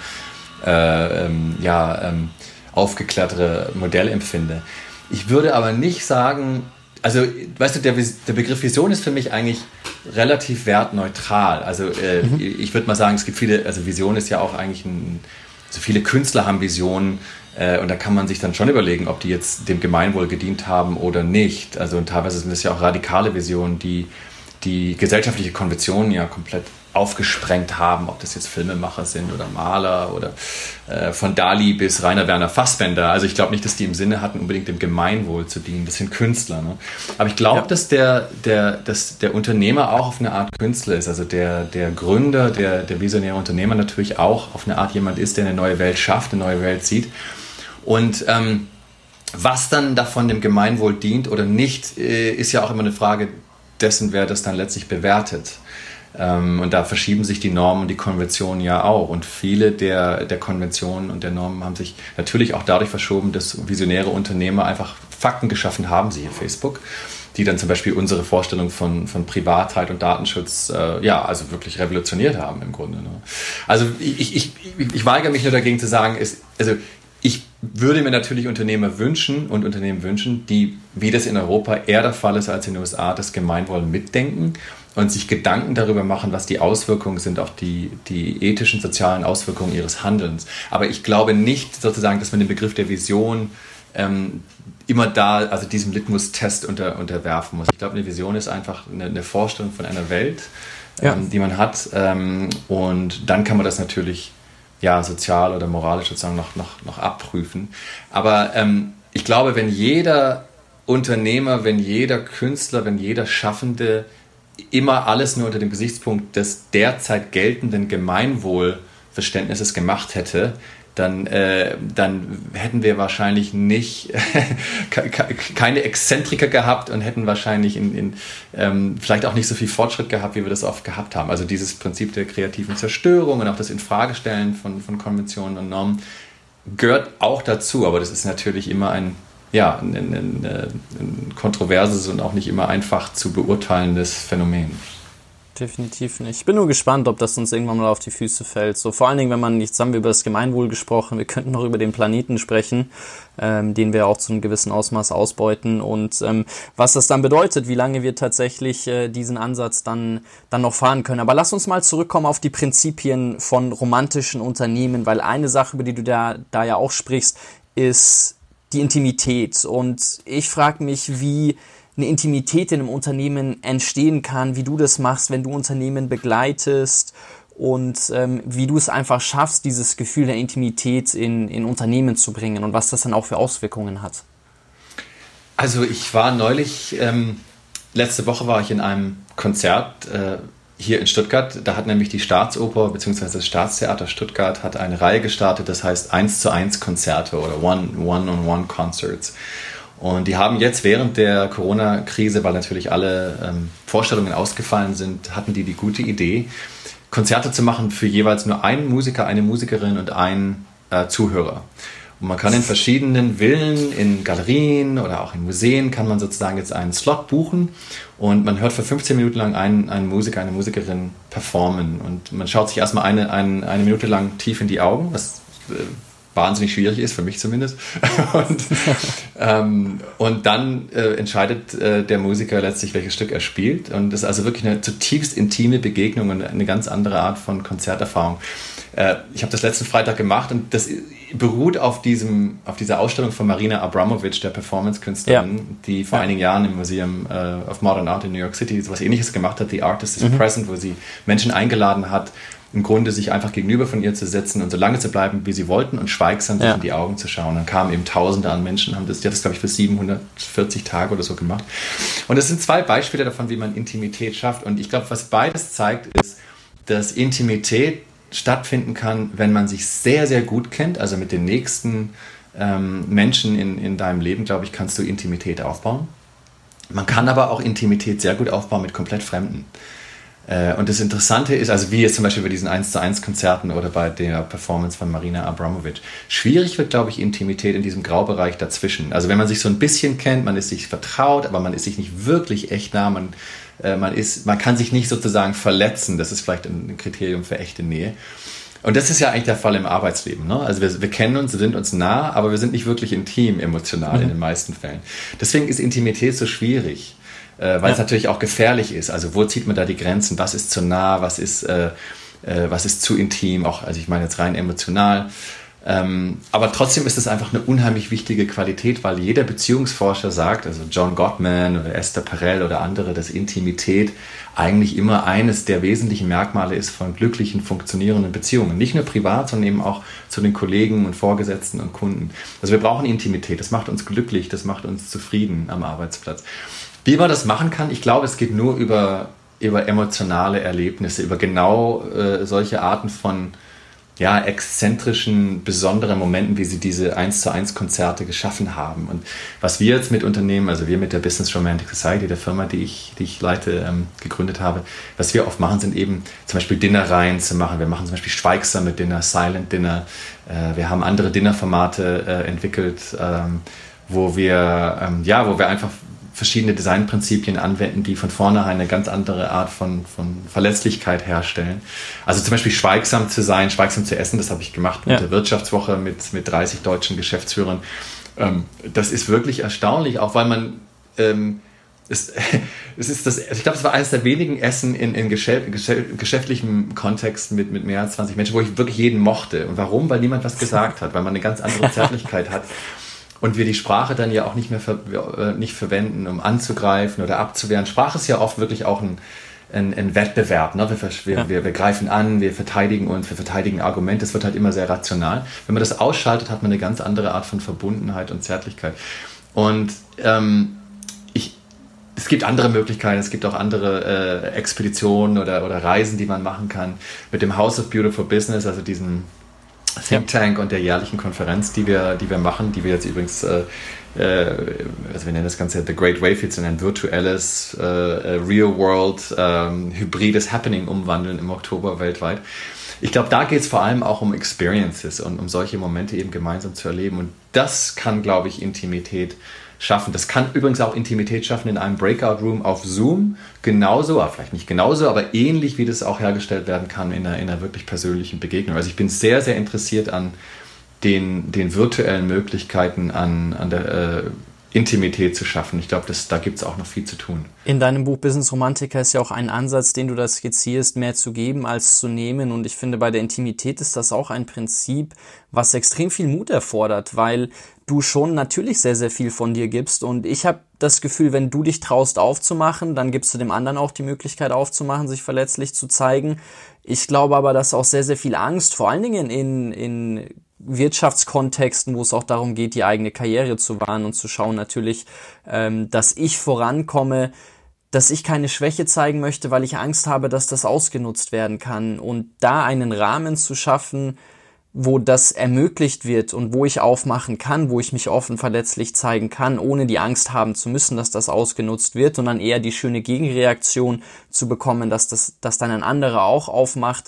äh, ähm, ja, ähm, aufgeklärtere Modell empfinde. Ich würde aber nicht sagen, also weißt du, der, der Begriff Vision ist für mich eigentlich relativ wertneutral. Also äh, mhm. ich würde mal sagen, es gibt viele, also Vision ist ja auch eigentlich ein, also viele Künstler haben Visionen, äh, und da kann man sich dann schon überlegen, ob die jetzt dem Gemeinwohl gedient haben oder nicht. Also und teilweise sind das ja auch radikale Visionen, die die gesellschaftliche Konventionen ja komplett aufgesprengt haben, ob das jetzt Filmemacher sind oder Maler oder äh, von Dali bis Rainer Werner Fassbender. Also ich glaube nicht, dass die im Sinne hatten, unbedingt dem Gemeinwohl zu dienen. Das sind Künstler. Ne? Aber ich glaube, ja. dass, der, der, dass der Unternehmer auch auf eine Art Künstler ist. Also der, der Gründer, der, der visionäre Unternehmer natürlich auch auf eine Art jemand ist, der eine neue Welt schafft, eine neue Welt sieht. Und ähm, was dann davon dem Gemeinwohl dient oder nicht, äh, ist ja auch immer eine Frage dessen, wer das dann letztlich bewertet. Ähm, und da verschieben sich die Normen und die Konventionen ja auch. Und viele der, der Konventionen und der Normen haben sich natürlich auch dadurch verschoben, dass visionäre Unternehmer einfach Fakten geschaffen haben, siehe Facebook, die dann zum Beispiel unsere Vorstellung von, von Privatheit und Datenschutz äh, ja, also wirklich revolutioniert haben im Grunde. Ne? Also ich, ich, ich weigere mich nur dagegen zu sagen, es, also ich würde mir natürlich Unternehmer wünschen und Unternehmen wünschen, die, wie das in Europa eher der Fall ist als in den U S A, das Gemeinwohl mitdenken und sich Gedanken darüber machen, was die Auswirkungen sind, auch die, die ethischen, sozialen Auswirkungen ihres Handelns. Aber ich glaube nicht sozusagen, dass man den Begriff der Vision ähm, immer da, also diesem Litmus-Test unter, unterwerfen muss. Ich glaube, eine Vision ist einfach eine, eine Vorstellung von einer Welt, ja. ähm, die man hat. Ähm, und dann kann man das natürlich ja, sozial oder moralisch sozusagen noch, noch, noch abprüfen. Aber ähm, ich glaube, wenn jeder Unternehmer, wenn jeder Künstler, wenn jeder Schaffende immer alles nur unter dem Gesichtspunkt des derzeit geltenden Gemeinwohlverständnisses gemacht hätte, dann, äh, dann hätten wir wahrscheinlich nicht keine Exzentriker gehabt und hätten wahrscheinlich in, in, ähm, vielleicht auch nicht so viel Fortschritt gehabt, wie wir das oft gehabt haben. Also dieses Prinzip der kreativen Zerstörung und auch das Infragestellen von, von Konventionen und Normen gehört auch dazu, aber das ist natürlich immer ein, ja, ein, ein, ein, ein kontroverses und auch nicht immer einfach zu beurteilendes Phänomen. Definitiv nicht. Ich bin nur gespannt, ob das uns irgendwann mal auf die Füße fällt. So vor allen Dingen, wenn man, jetzt haben wir über das Gemeinwohl gesprochen, wir könnten noch über den Planeten sprechen, ähm, den wir auch zu einem gewissen Ausmaß ausbeuten und ähm, was das dann bedeutet, wie lange wir tatsächlich äh, diesen Ansatz dann dann noch fahren können. Aber lass uns mal zurückkommen auf die Prinzipien von romantischen Unternehmen, weil eine Sache, über die du da, da ja auch sprichst, ist die Intimität. Und ich frage mich, wie eine Intimität in einem Unternehmen entstehen kann, wie du das machst, wenn du Unternehmen begleitest und ähm, wie du es einfach schaffst, dieses Gefühl der Intimität in, in Unternehmen zu bringen und was das dann auch für Auswirkungen hat. Also ich war neulich, ähm, letzte Woche war ich in einem Konzert äh, hier in Stuttgart. Da hat nämlich die Staatsoper bzw. das Staatstheater Stuttgart hat eine Reihe gestartet, das heißt eins zu eins Konzerte oder One-on-One-Concerts. Und die haben jetzt während der Corona-Krise, weil natürlich alle ähm, Vorstellungen ausgefallen sind, hatten die die gute Idee, Konzerte zu machen für jeweils nur einen Musiker, eine Musikerin und einen äh, Zuhörer. Und man kann in verschiedenen Villen, in Galerien oder auch in Museen, kann man sozusagen jetzt einen Slot buchen und man hört für fünfzehn Minuten lang einen, einen Musiker, eine Musikerin performen. Und man schaut sich erstmal eine, eine, eine Minute lang tief in die Augen, was äh, wahnsinnig schwierig ist, für mich zumindest. Und, ähm, und dann äh, entscheidet äh, der Musiker letztlich, welches Stück er spielt. Und das ist also wirklich eine zutiefst intime Begegnung und eine ganz andere Art von Konzerterfahrung. Äh, ich habe das letzten Freitag gemacht und das beruht auf diesem, auf dieser Ausstellung von Marina Abramovic, der Performance-Künstlerin, ja. die vor ja. einigen Jahren im Museum uh, of Modern Art in New York City sowas Ähnliches gemacht hat, The Artist is mhm. Present, wo sie Menschen eingeladen hat, im Grunde sich einfach gegenüber von ihr zu setzen und so lange zu bleiben, wie sie wollten und schweigsam sich ja. in die Augen zu schauen. Dann kamen eben Tausende an Menschen, haben das, die hat das, glaube ich, für siebenhundertvierzig Tage oder so gemacht. Und das sind zwei Beispiele davon, wie man Intimität schafft. Und ich glaube, was beides zeigt, ist, dass Intimität stattfinden kann, wenn man sich sehr, sehr gut kennt. Also mit den nächsten ähm, Menschen in, in deinem Leben, glaube ich, kannst du Intimität aufbauen. Man kann aber auch Intimität sehr gut aufbauen mit komplett Fremden. Und das Interessante ist, also wie jetzt zum Beispiel bei diesen eins zu eins Konzerten oder bei der Performance von Marina Abramovic, schwierig wird, glaube ich, Intimität in diesem Graubereich dazwischen. Also wenn man sich so ein bisschen kennt, man ist sich vertraut, aber man ist sich nicht wirklich echt nah, man, äh, man, ist, man kann sich nicht sozusagen verletzen, das ist vielleicht ein Kriterium für echte Nähe. Und das ist ja eigentlich der Fall im Arbeitsleben. Ne? Also wir, wir kennen uns, wir sind uns nah, aber wir sind nicht wirklich intim, emotional mhm. in den meisten Fällen. Deswegen ist Intimität so schwierig. Äh, weil ja. es natürlich auch gefährlich ist. Also wo zieht man da die Grenzen? Was ist zu nah? Was ist, äh, äh, was ist zu intim? Auch, also ich meine jetzt rein emotional. Ähm, aber trotzdem ist es einfach eine unheimlich wichtige Qualität, weil jeder Beziehungsforscher sagt, also John Gottman oder Esther Perel oder andere, dass Intimität eigentlich immer eines der wesentlichen Merkmale ist von glücklichen, funktionierenden Beziehungen. Nicht nur privat, sondern eben auch zu den Kollegen und Vorgesetzten und Kunden. Also wir brauchen Intimität. Das macht uns glücklich, das macht uns zufrieden am Arbeitsplatz. Wie man das machen kann, ich glaube, es geht nur über, über emotionale Erlebnisse, über genau äh, solche Arten von ja, exzentrischen, besonderen Momenten, wie sie diese eins zu eins Konzerte geschaffen haben. Und was wir jetzt mit Unternehmen, also wir mit der Business Romantic Society, der Firma, die ich, die ich leite, ähm, gegründet habe, was wir oft machen, sind eben zum Beispiel Dinnerreihen zu machen. Wir machen zum Beispiel schweigsame Dinner, Silent Dinner. Äh, wir haben andere Dinnerformate äh, entwickelt, ähm, wo wir, ähm, ja, wo wir einfach verschiedene Designprinzipien anwenden, die von vornherein eine ganz andere Art von, von Verletzlichkeit herstellen. Also zum Beispiel schweigsam zu sein, schweigsam zu essen, das habe ich gemacht mit ja. der Wirtschaftswoche mit, mit dreißig deutschen Geschäftsführern. Ähm, das ist wirklich erstaunlich, auch weil man, ähm, es, es ist das, ich glaube, es war eines der wenigen Essen in, in geschäft, geschäft, geschäftlichem Kontext mit, mit mehr als zwanzig Menschen, wo ich wirklich jeden mochte. Und warum? Weil niemand was gesagt hat, weil man eine ganz andere Zärtlichkeit hat. Und wir die Sprache dann ja auch nicht mehr ver, nicht verwenden, um anzugreifen oder abzuwehren. Sprache ist ja oft wirklich auch ein, ein, ein Wettbewerb. Ne? Wir, wir, ja. wir, wir greifen an, wir verteidigen uns, wir verteidigen Argumente. Das wird halt immer sehr rational. Wenn man das ausschaltet, hat man eine ganz andere Art von Verbundenheit und Zärtlichkeit. Und ähm, ich, es gibt andere Möglichkeiten. Es gibt auch andere äh, Expeditionen oder, oder Reisen, die man machen kann. Mit dem House of Beautiful Business, also diesen Think Tank und der jährlichen Konferenz, die wir, die wir machen, die wir jetzt übrigens, äh, also wir nennen das Ganze The Great Wave jetzt in ein virtuelles, äh, Real World, ähm, hybrides Happening umwandeln im Oktober weltweit. Ich glaube, da geht es vor allem auch um Experiences und um solche Momente eben gemeinsam zu erleben. Und das kann, glaube ich, Intimität schaffen. Das kann übrigens auch Intimität schaffen in einem Breakout-Room auf Zoom. Genauso, aber vielleicht nicht genauso, aber ähnlich wie das auch hergestellt werden kann in einer, in einer wirklich persönlichen Begegnung. Also ich bin sehr, sehr interessiert an den, den virtuellen Möglichkeiten, an, an der äh, Intimität zu schaffen. Ich glaube, da gibt es auch noch viel zu tun. In deinem Buch Business Romantica ist ja auch ein Ansatz, den du da skizzierst, mehr zu geben als zu nehmen. Und ich finde, bei der Intimität ist das auch ein Prinzip, was extrem viel Mut erfordert, weil du schon natürlich sehr, sehr viel von dir gibst. Und ich habe das Gefühl, wenn du dich traust aufzumachen, dann gibst du dem anderen auch die Möglichkeit aufzumachen, sich verletzlich zu zeigen. Ich glaube aber, dass auch sehr, sehr viel Angst, vor allen Dingen in, in Wirtschaftskontexten, wo es auch darum geht, die eigene Karriere zu wahren und zu schauen natürlich, ähm, dass ich vorankomme, dass ich keine Schwäche zeigen möchte, weil ich Angst habe, dass das ausgenutzt werden kann. Und da einen Rahmen zu schaffen, wo das ermöglicht wird und wo ich aufmachen kann, wo ich mich offen verletzlich zeigen kann, ohne die Angst haben zu müssen, dass das ausgenutzt wird, und dann eher die schöne Gegenreaktion zu bekommen, dass das, dass dann ein anderer auch aufmacht,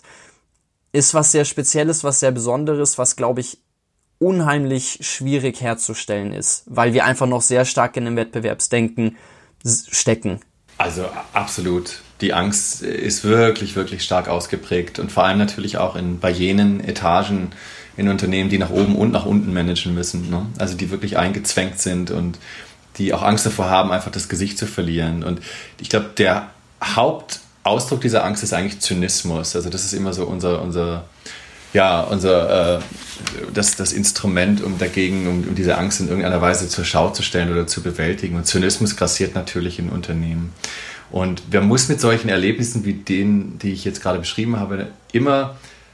ist was sehr Spezielles, was sehr Besonderes, was, glaube ich, unheimlich schwierig herzustellen ist, weil wir einfach noch sehr stark in einem Wettbewerbsdenken stecken. Also absolut. Die Angst ist wirklich, wirklich stark ausgeprägt und vor allem natürlich auch in, bei jenen Etagen in Unternehmen, die nach oben und nach unten managen müssen, ne? Also die wirklich eingezwängt sind und die auch Angst davor haben, einfach das Gesicht zu verlieren. Und ich glaube, der Hauptausdruck dieser Angst ist eigentlich Zynismus. Also das ist immer so unser, unser ja, unser, äh, das, das Instrument, um dagegen, um, um diese Angst in irgendeiner Weise zur Schau zu stellen oder zu bewältigen. Und Zynismus grassiert natürlich in Unternehmen. Und man muss mit solchen Erlebnissen wie denen, die ich jetzt gerade beschrieben habe, immer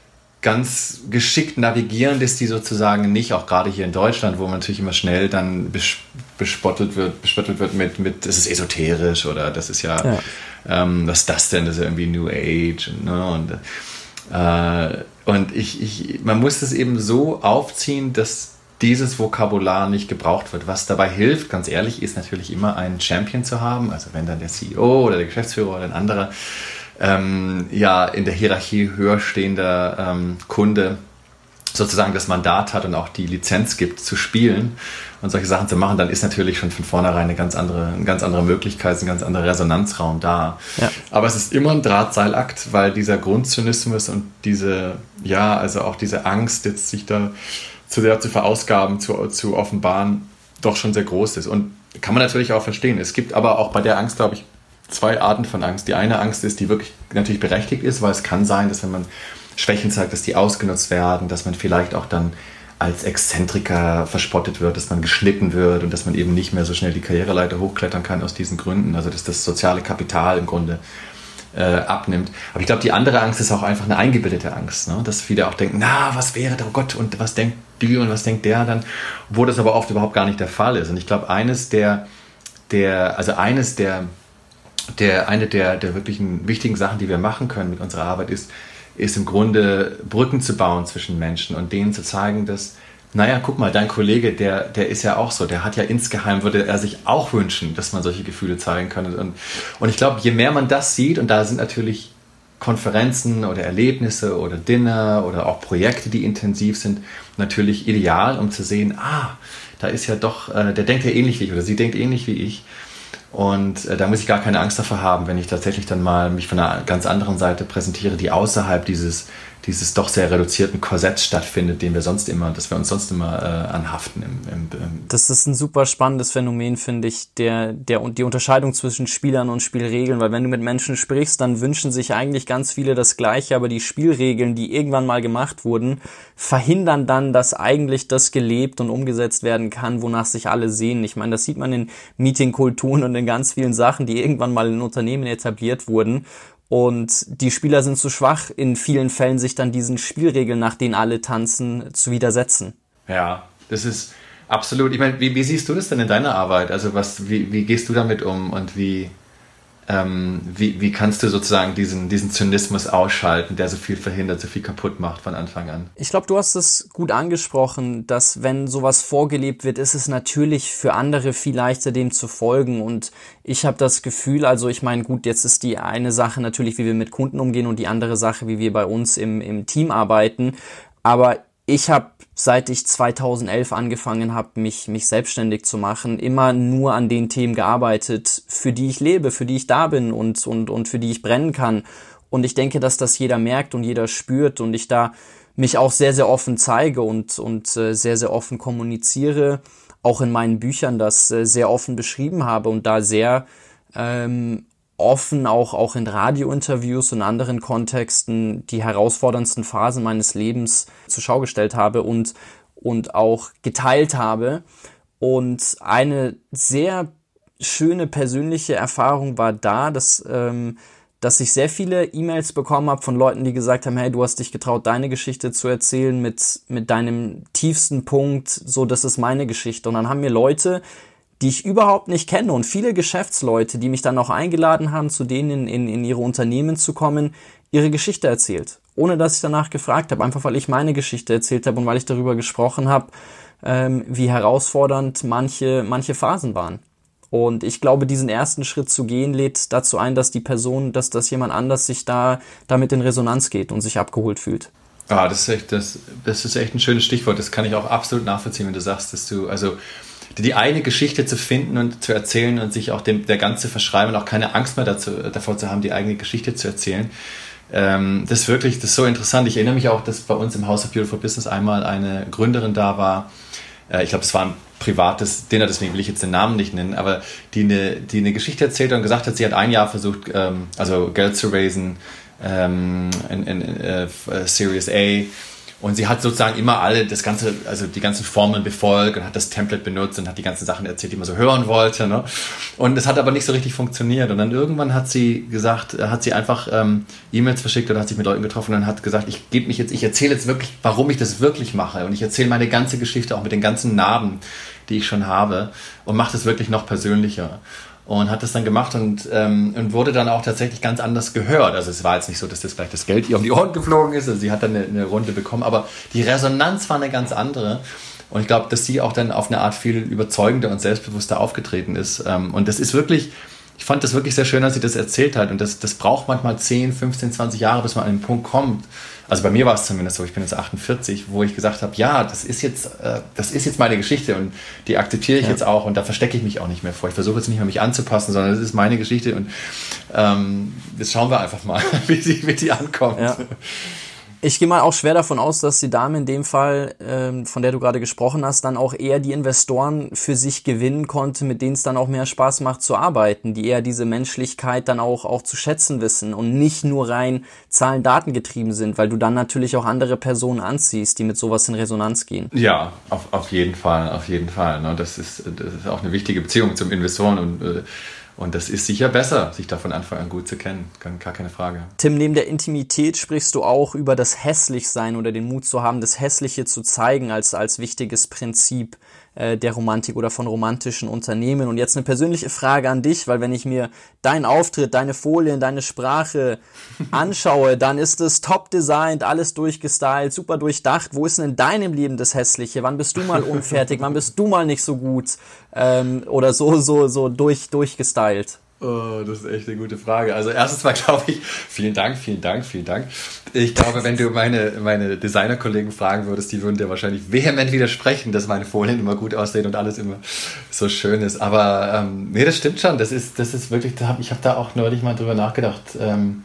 ganz geschickt navigieren, dass die sozusagen nicht, auch gerade hier in Deutschland, wo man natürlich immer schnell dann bespottet wird, bespottet wird mit, mit, das ist esoterisch oder das ist ja, ja. Ähm, was ist das denn, das ist ja irgendwie New Age. Ne? Und, äh, und ich, ich, man muss das eben so aufziehen, dass dieses Vokabular nicht gebraucht wird. Was dabei hilft, ganz ehrlich, ist natürlich immer einen Champion zu haben, also wenn dann der C E O oder der Geschäftsführer oder ein anderer Ähm, ja, in der Hierarchie höher stehender ähm, Kunde sozusagen das Mandat hat und auch die Lizenz gibt, zu spielen und solche Sachen zu machen, dann ist natürlich schon von vornherein eine ganz andere, eine ganz andere Möglichkeit, ein ganz anderer Resonanzraum da. Ja. Aber es ist immer ein Drahtseilakt, weil dieser Grundzynismus und diese, ja, also auch diese Angst, jetzt sich da zu sehr zu verausgaben, zu, zu offenbaren, doch schon sehr groß ist. Und kann man natürlich auch verstehen. Es gibt aber auch bei der Angst, glaube ich, zwei Arten von Angst. Die eine Angst ist, die wirklich natürlich berechtigt ist, weil es kann sein, dass wenn man Schwächen zeigt, dass die ausgenutzt werden, dass man vielleicht auch dann als Exzentriker verspottet wird, dass man geschnitten wird und dass man eben nicht mehr so schnell die Karriereleiter hochklettern kann aus diesen Gründen. Also dass das soziale Kapital im Grunde äh, abnimmt. Aber ich glaube, die andere Angst ist auch einfach eine eingebildete Angst, ne? Dass viele auch denken, na, was wäre da, oh Gott, und was denkt die und was denkt der dann, wo das aber oft überhaupt gar nicht der Fall ist. Und ich glaube, eines der, der, also eines der Der, eine der, der wirklichen wichtigen Sachen, die wir machen können mit unserer Arbeit, ist, ist im Grunde Brücken zu bauen zwischen Menschen und denen zu zeigen, dass, naja, guck mal, dein Kollege, der, der ist ja auch so, der hat ja insgeheim, würde er sich auch wünschen, dass man solche Gefühle zeigen kann. Und, und ich glaube, je mehr man das sieht, und da sind natürlich Konferenzen oder Erlebnisse oder Dinner oder auch Projekte, die intensiv sind, natürlich ideal, um zu sehen, ah, da ist ja doch, äh, der denkt ja ähnlich wie ich oder sie denkt ähnlich wie ich. Und äh, da muss ich gar keine Angst davor haben, wenn ich tatsächlich dann mal mich von einer ganz anderen Seite präsentiere, die außerhalb dieses, dieses doch sehr reduzierten Korsetts stattfindet, den wir sonst immer, das wir uns sonst immer äh, anhaften. Im, im, im das ist ein super spannendes Phänomen, finde ich, der, der und die Unterscheidung zwischen Spielern und Spielregeln, weil wenn du mit Menschen sprichst, dann wünschen sich eigentlich ganz viele das Gleiche, aber die Spielregeln, die irgendwann mal gemacht wurden, verhindern dann, dass eigentlich das gelebt und umgesetzt werden kann, wonach sich alle sehen. Ich meine, das sieht man in Meetingkulturen und in ganz vielen Sachen, die irgendwann mal in Unternehmen etabliert wurden. Und die Spieler sind zu schwach, in vielen Fällen sich dann diesen Spielregeln, nach denen alle tanzen, zu widersetzen. Ja, das ist absolut. Ich meine, wie, wie siehst du das denn in deiner Arbeit? Also was, wie, wie gehst du damit um und wie, ähm, wie, wie kannst du sozusagen diesen, diesen Zynismus ausschalten, der so viel verhindert, so viel kaputt macht von Anfang an? Ich glaube, du hast es gut angesprochen, dass wenn sowas vorgelebt wird, ist es natürlich für andere viel leichter, dem zu folgen. Und ich habe das Gefühl, also ich meine, gut, jetzt ist die eine Sache natürlich, wie wir mit Kunden umgehen und die andere Sache, wie wir bei uns im, im Team arbeiten. Aber ich habe, seit ich zweitausendelf angefangen habe, mich mich selbstständig zu machen, immer nur an den Themen gearbeitet, für die ich lebe, für die ich da bin und und und für die ich brennen kann. Und ich denke, dass das jeder merkt und jeder spürt und ich da mich auch sehr, sehr offen zeige und und äh, sehr, sehr offen kommuniziere, auch in meinen Büchern das äh, sehr offen beschrieben habe und da sehr ähm, offen auch auch in Radiointerviews und anderen Kontexten die herausforderndsten Phasen meines Lebens zur Schau gestellt habe und und auch geteilt habe. Und eine sehr schöne persönliche Erfahrung war da, dass ähm, dass ich sehr viele E-Mails bekommen habe von Leuten, die gesagt haben, hey, du hast dich getraut, deine Geschichte zu erzählen mit mit deinem tiefsten Punkt, so, das ist meine Geschichte. Und dann haben mir Leute, die ich überhaupt nicht kenne und viele Geschäftsleute, die mich dann auch eingeladen haben, zu denen in, in, in ihre Unternehmen zu kommen, ihre Geschichte erzählt. Ohne dass ich danach gefragt habe, einfach weil ich meine Geschichte erzählt habe und weil ich darüber gesprochen habe, ähm, wie herausfordernd manche, manche Phasen waren. Und ich glaube, diesen ersten Schritt zu gehen, lädt dazu ein, dass die Person, dass, dass jemand anders sich da damit in Resonanz geht und sich abgeholt fühlt. Ah, das ist echt, das, das ist echt ein schönes Stichwort. Das kann ich auch absolut nachvollziehen, wenn du sagst, dass du, also die eigene Geschichte zu finden und zu erzählen und sich auch dem, der Ganze verschreiben und auch keine Angst mehr dazu, davor zu haben, die eigene Geschichte zu erzählen. Ähm, das ist wirklich, das ist so interessant. Ich erinnere mich auch, dass bei uns im House of Beautiful Business einmal eine Gründerin da war. Äh, ich glaube, es war ein privates Dinner, deswegen will ich jetzt den Namen nicht nennen, aber die eine, die eine Geschichte erzählt und gesagt hat, sie hat ein Jahr versucht, ähm, also Geld zu raisen, ähm, in, in, in uh, Series A, Und sie hat sozusagen immer alle, das ganze, also die ganzen Formeln befolgt und hat das Template benutzt und hat die ganzen Sachen erzählt, die man so hören wollte. Ne? Und es hat aber nicht so richtig funktioniert. Und dann irgendwann hat sie gesagt, hat sie einfach ähm, E-Mails verschickt oder hat sich mit Leuten getroffen und hat gesagt, ich gebe mich jetzt, ich erzähle jetzt wirklich, warum ich das wirklich mache. Und ich erzähle meine ganze Geschichte auch mit den ganzen Narben, die ich schon habe, und mache das wirklich noch persönlicher. Und hat das dann gemacht und, ähm, und wurde dann auch tatsächlich ganz anders gehört. Also es war jetzt nicht so, dass das vielleicht das Geld ihr um die Ohren geflogen ist. Also sie hat dann eine, eine Runde bekommen, aber die Resonanz war eine ganz andere. Und ich glaube, dass sie auch dann auf eine Art viel überzeugender und selbstbewusster aufgetreten ist. Ähm, und das ist wirklich, ich fand das wirklich sehr schön, als sie das erzählt hat. Und das, das braucht manchmal zehn, fünfzehn, zwanzig Jahre, bis man an den Punkt kommt. Also bei mir war es zumindest so, ich bin jetzt achtundvierzig, wo ich gesagt habe, ja, das ist jetzt, äh, das ist jetzt meine Geschichte und die akzeptiere ich ja. jetzt auch und da verstecke ich mich auch nicht mehr vor. Ich versuche jetzt nicht mehr mich anzupassen, sondern das ist meine Geschichte und ähm, jetzt schauen wir einfach mal, wie sie, wie die ankommt. Ja. Ich gehe mal auch schwer davon aus, dass die Dame in dem Fall, ähm, von der du gerade gesprochen hast, dann auch eher die Investoren für sich gewinnen konnte, mit denen es dann auch mehr Spaß macht zu arbeiten, die eher diese Menschlichkeit dann auch, auch zu schätzen wissen und nicht nur rein Zahlen, Daten getrieben sind, weil du dann natürlich auch andere Personen anziehst, die mit sowas in Resonanz gehen. Ja, auf, auf jeden Fall, auf jeden Fall. Ne? Das ist, das ist auch eine wichtige Beziehung zum Investoren und äh, Und das ist sicher besser, sich da von Anfang an gut zu kennen. Gar keine Frage. Tim, neben der Intimität sprichst du auch über das Hässlichsein oder den Mut zu haben, das Hässliche zu zeigen als, als wichtiges Prinzip äh, der Romantik oder von romantischen Unternehmen. Und jetzt eine persönliche Frage an dich, weil wenn ich mir deinen Auftritt, deine Folien, deine Sprache anschaue, dann ist es top designt, alles durchgestylt, super durchdacht. Wo ist denn in deinem Leben das Hässliche? Wann bist du mal unfertig? Wann bist du mal nicht so gut? Ähm, oder so, so, so durch, durchgestylt? Oh, das ist echt eine gute Frage. Also erstens mal glaube ich, vielen Dank, vielen Dank, vielen Dank. Ich glaube, wenn du meine, meine Designerkollegen fragen würdest, die würden dir wahrscheinlich vehement widersprechen, dass meine Folien immer gut aussehen und alles immer so schön ist. Aber ähm, nee, das stimmt schon. Das ist, das ist wirklich, ich habe da auch neulich mal drüber nachgedacht. Ähm,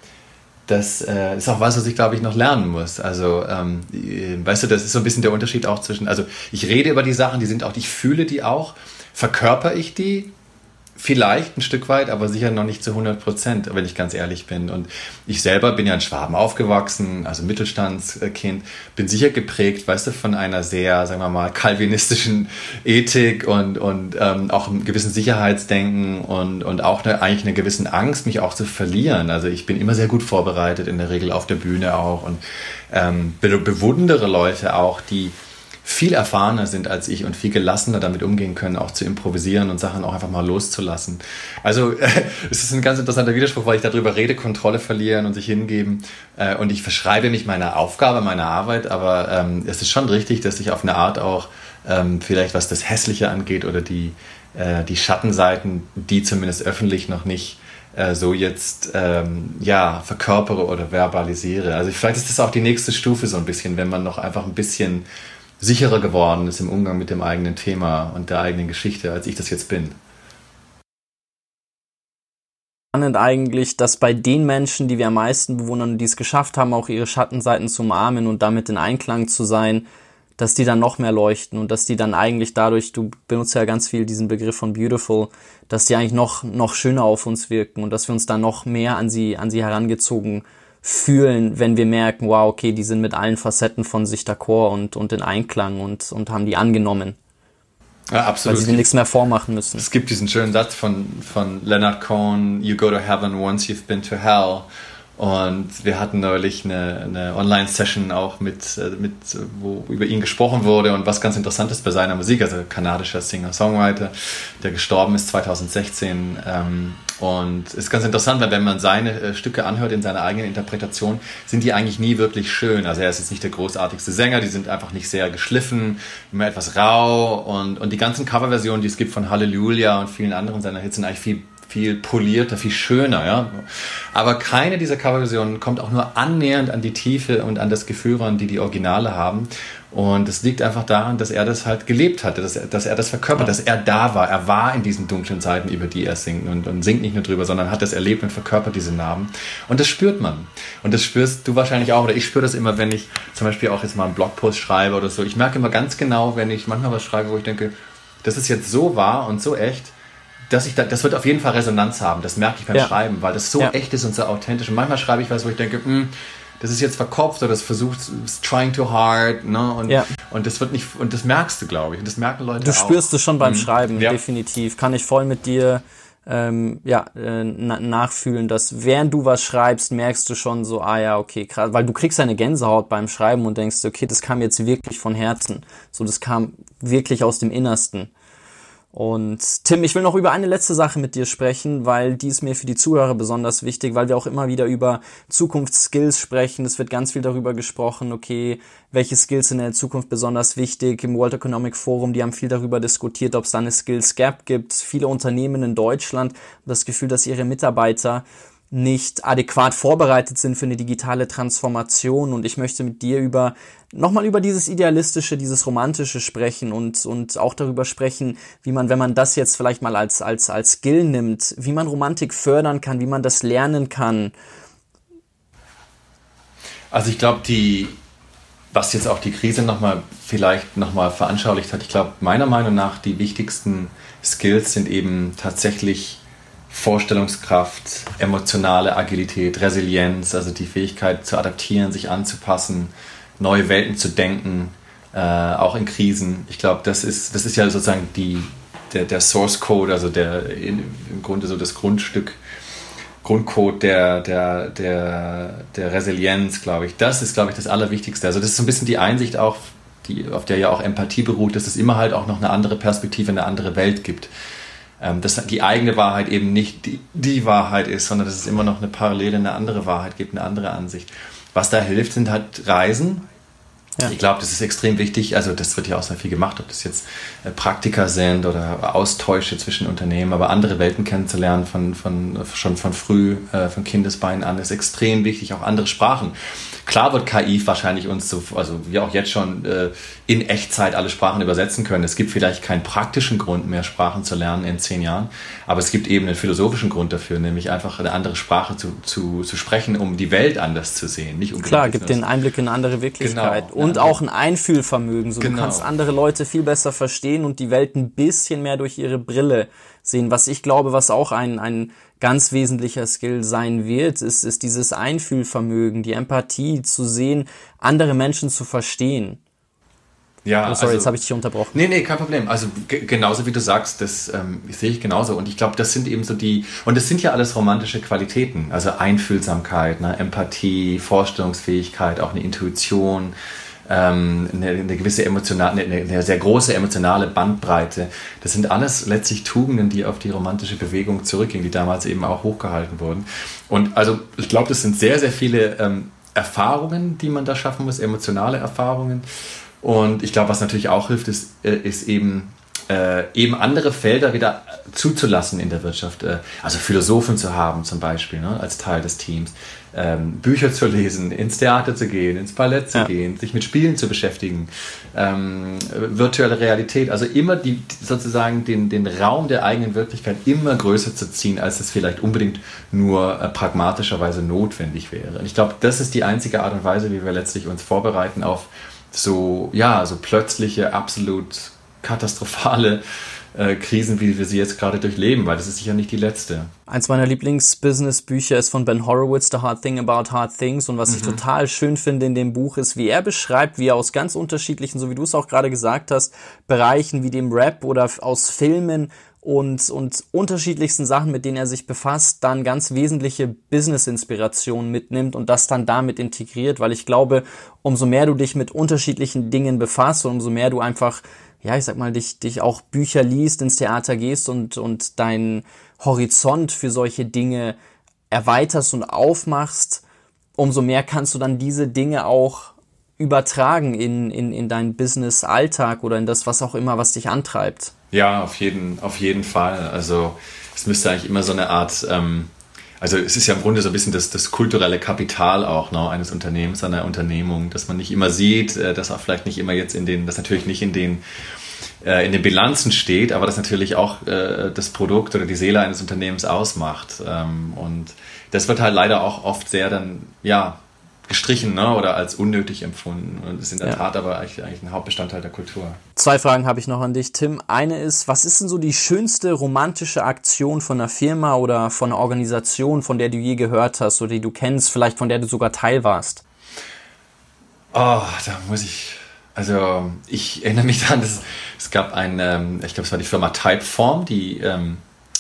das äh, ist auch was, was ich glaube ich noch lernen muss. Also, ähm, weißt du, das ist so ein bisschen der Unterschied auch zwischen, also ich rede über die Sachen, die sind auch, ich fühle die auch, verkörper ich die? Vielleicht ein Stück weit, aber sicher noch nicht zu hundert Prozent, wenn ich ganz ehrlich bin. Und ich selber bin ja in Schwaben aufgewachsen, also Mittelstandskind, bin sicher geprägt, weißt du, von einer sehr, sagen wir mal, calvinistischen Ethik und, und ähm, auch einem gewissen Sicherheitsdenken und, und auch eine, eigentlich einer gewissen Angst, mich auch zu verlieren. Also ich bin immer sehr gut vorbereitet, in der Regel auf der Bühne auch und ähm, be- bewundere Leute auch, die viel erfahrener sind als ich und viel gelassener damit umgehen können, auch zu improvisieren und Sachen auch einfach mal loszulassen. Also äh, es ist ein ganz interessanter Widerspruch, weil ich darüber rede, Kontrolle verlieren und sich hingeben äh, und ich verschreibe mich meiner Aufgabe, meiner Arbeit, aber ähm, es ist schon richtig, dass ich auf eine Art auch ähm, vielleicht was das Hässliche angeht oder die, äh, die Schattenseiten, die zumindest öffentlich noch nicht äh, so jetzt ähm, ja, verkörpere oder verbalisiere. Also ich, vielleicht ist das auch die nächste Stufe so ein bisschen, wenn man noch einfach ein bisschen sicherer geworden ist im Umgang mit dem eigenen Thema und der eigenen Geschichte, als ich das jetzt bin. Spannend eigentlich, dass bei den Menschen, die wir am meisten bewundern und die es geschafft haben, auch ihre Schattenseiten zu umarmen und damit in Einklang zu sein, dass die dann noch mehr leuchten und dass die dann eigentlich dadurch, du benutzt ja ganz viel diesen Begriff von beautiful, dass die eigentlich noch, noch schöner auf uns wirken und dass wir uns dann noch mehr an sie, an sie herangezogen fühlen, wenn wir merken, wow, okay, die sind mit allen Facetten von sich d'accord und, und in Einklang und, und haben die angenommen. Ja, absolut. Weil sie nichts mehr vormachen müssen. Es gibt diesen schönen Satz von, von Leonard Cohen, you go to heaven once you've been to hell. Und wir hatten neulich eine, eine Online-Session auch mit, mit, wo über ihn gesprochen wurde und was ganz interessant ist bei seiner Musik, also kanadischer Singer-Songwriter, der gestorben ist zwanzig sechzehn. Ähm, und es ist ganz interessant, weil wenn man seine äh, Stücke anhört in seiner eigenen Interpretation, sind die eigentlich nie wirklich schön. Also er ist jetzt nicht der großartigste Sänger, die sind einfach nicht sehr geschliffen, immer etwas rau und, und die ganzen Coverversionen, die es gibt von Halleluja und vielen anderen seiner Hits, sind eigentlich viel viel polierter, viel schöner, ja. Aber keine dieser Coverversionen kommt auch nur annähernd an die Tiefe und an das Gefühl ran, die die Originale haben. Und es liegt einfach daran, dass er das halt gelebt hatte, dass er, dass er das verkörpert, ja. Dass er da war. Er war in diesen dunklen Zeiten, über die er singt und, und singt nicht nur drüber, sondern hat das erlebt und verkörpert diese Narben. Und das spürt man. Und das spürst du wahrscheinlich auch, oder ich spüre das immer, wenn ich zum Beispiel auch jetzt mal einen Blogpost schreibe oder so. Ich merke immer ganz genau, wenn ich manchmal was schreibe, wo ich denke, das ist jetzt so wahr und so echt, dass ich da, das wird auf jeden Fall Resonanz haben. Das merke ich beim ja. Schreiben, weil das so ja. echt ist und so authentisch. Und manchmal schreibe ich was, wo ich denke, mh, das ist jetzt verkopft oder das versucht, it's trying too hard, ne? Und, ja. und das wird nicht, und das merkst du, glaube ich. Und das merken Leute du auch. Du spürst es schon beim mhm. Schreiben, ja. definitiv. Kann ich voll mit dir ähm, ja, äh, na- nachfühlen, dass während du was schreibst, merkst du schon so, ah ja, okay, krass, weil du kriegst eine Gänsehaut beim Schreiben und denkst, okay, das kam jetzt wirklich von Herzen. So, das kam wirklich aus dem Innersten. Und Tim, ich will noch über eine letzte Sache mit dir sprechen, weil die ist mir für die Zuhörer besonders wichtig, weil wir auch immer wieder über Zukunftsskills sprechen. Es wird ganz viel darüber gesprochen, okay, welche Skills sind in der Zukunft besonders wichtig. Im World Economic Forum, die haben viel darüber diskutiert, ob es da eine Skills Gap gibt. Viele Unternehmen in Deutschland haben das Gefühl, dass ihre Mitarbeiter nicht adäquat vorbereitet sind für eine digitale Transformation, und ich möchte mit dir über nochmal über dieses Idealistische, dieses Romantische sprechen und und auch darüber sprechen, wie man, wenn man das jetzt vielleicht mal als als als Skill nimmt, wie man Romantik fördern kann, wie man das lernen kann. Also ich glaube, die was jetzt auch die Krise nochmal vielleicht nochmal veranschaulicht hat, ich glaube, meiner Meinung nach die wichtigsten Skills sind eben tatsächlich Vorstellungskraft, emotionale Agilität, Resilienz, also die Fähigkeit zu adaptieren, sich anzupassen, neue Welten zu denken, äh, auch in Krisen. Ich glaube, das ist, das ist ja sozusagen die, der, der Source Code, also der in, im Grunde so das Grundstück, Grundcode der, der, der, der Resilienz, glaube ich. Das ist, glaube ich, das Allerwichtigste. Also das ist so ein bisschen die Einsicht auch, die, auf der ja auch Empathie beruht, dass es immer halt auch noch eine andere Perspektive, eine andere Welt gibt. Dass die eigene Wahrheit eben nicht die, die Wahrheit ist, sondern dass es immer noch eine parallele, eine andere Wahrheit gibt, eine andere Ansicht. Was da hilft, sind halt Reisen. Ja. Ich glaube, das ist extrem wichtig. Also das wird ja auch sehr viel gemacht, ob das jetzt Praktika sind oder Austausche zwischen Unternehmen, aber andere Welten kennenzulernen von, von, schon von früh, von Kindesbeinen an, ist extrem wichtig. Auch andere Sprachen. Klar wird K I wahrscheinlich uns, so, also wir auch jetzt schon äh, in Echtzeit alle Sprachen übersetzen können. Es gibt vielleicht keinen praktischen Grund mehr, Sprachen zu lernen in zehn Jahren, aber es gibt eben einen philosophischen Grund dafür, nämlich einfach eine andere Sprache zu, zu, zu sprechen, um die Welt anders zu sehen. Nicht Klar, gibt den Einblick in eine andere Wirklichkeit, genau, und ja, auch ein Einfühlvermögen. So, genau. Du kannst andere Leute viel besser verstehen und die Welt ein bisschen mehr durch ihre Brille sehen. Was ich glaube, was auch ein, ein ganz wesentlicher Skill sein wird, ist, ist dieses Einfühlvermögen, die Empathie zu sehen, andere Menschen zu verstehen. Ja, oh, sorry, also, jetzt habe ich dich unterbrochen. Nee, nee, kein Problem. Also g- genauso wie du sagst, das ähm, sehe ich genauso. Und ich glaube, das sind eben so die, und das sind ja alles romantische Qualitäten. Also Einfühlsamkeit, ne, Empathie, Vorstellungsfähigkeit, auch eine Intuition, ähm, eine, eine gewisse emotionale, eine, eine sehr große emotionale Bandbreite. Das sind alles letztlich Tugenden, die auf die romantische Bewegung zurückgehen, die damals eben auch hochgehalten wurden. Und also ich glaube, das sind sehr, sehr viele ähm, Erfahrungen, die man da schaffen muss, emotionale Erfahrungen. Und ich glaube, was natürlich auch hilft, ist, ist eben, äh, eben andere Felder wieder zuzulassen in der Wirtschaft. Äh, also Philosophen zu haben zum Beispiel, ne, als Teil des Teams. Ähm, Bücher zu lesen, ins Theater zu gehen, ins Ballett zu ja. gehen, sich mit Spielen zu beschäftigen, ähm, virtuelle Realität. Also immer die, sozusagen den, den Raum der eigenen Wirklichkeit immer größer zu ziehen, als es vielleicht unbedingt nur äh, pragmatischerweise notwendig wäre. Und ich glaube, das ist die einzige Art und Weise, wie wir letztlich uns vorbereiten auf so, ja, so plötzliche, absolut katastrophale äh, Krisen, wie wir sie jetzt gerade durchleben, weil das ist sicher nicht die letzte. Eins meiner Lieblings-Business-Bücher ist von Ben Horowitz, The Hard Thing About Hard Things, und was mhm. ich total schön finde in dem Buch ist, wie er beschreibt, wie er aus ganz unterschiedlichen, so wie du es auch gerade gesagt hast, Bereichen wie dem Rap oder aus Filmen und und unterschiedlichsten Sachen, mit denen er sich befasst, dann ganz wesentliche Business-Inspirationen mitnimmt und das dann damit integriert, weil ich glaube, umso mehr du dich mit unterschiedlichen Dingen befasst und umso mehr du einfach, ja, ich sag mal, dich dich auch Bücher liest, ins Theater gehst und und deinen Horizont für solche Dinge erweiterst und aufmachst, umso mehr kannst du dann diese Dinge auch übertragen in in in deinen Business-Alltag oder in das, was auch immer, was dich antreibt. Ja, auf jeden, auf jeden Fall. Also es müsste eigentlich immer so eine Art, ähm, also es ist ja im Grunde so ein bisschen das, das kulturelle Kapital auch, ne, eines Unternehmens, einer Unternehmung, dass man nicht immer sieht, äh, dass auch vielleicht nicht immer jetzt in den, das natürlich nicht in den äh, in den Bilanzen steht, aber das natürlich auch äh, das Produkt oder die Seele eines Unternehmens ausmacht. Ähm, und das wird halt leider auch oft sehr dann, ja, gestrichen, ne, oder als unnötig empfunden und ist in der ja. Tat aber eigentlich, eigentlich ein Hauptbestandteil der Kultur. Zwei Fragen habe ich noch an dich, Tim. Eine ist, was ist denn so die schönste romantische Aktion von einer Firma oder von einer Organisation, von der du je gehört hast oder die du kennst, vielleicht von der du sogar Teil warst? Oh, da muss ich, also ich erinnere mich daran, dass es gab ein, ähm, ich glaube, es war die Firma Typeform, die ähm,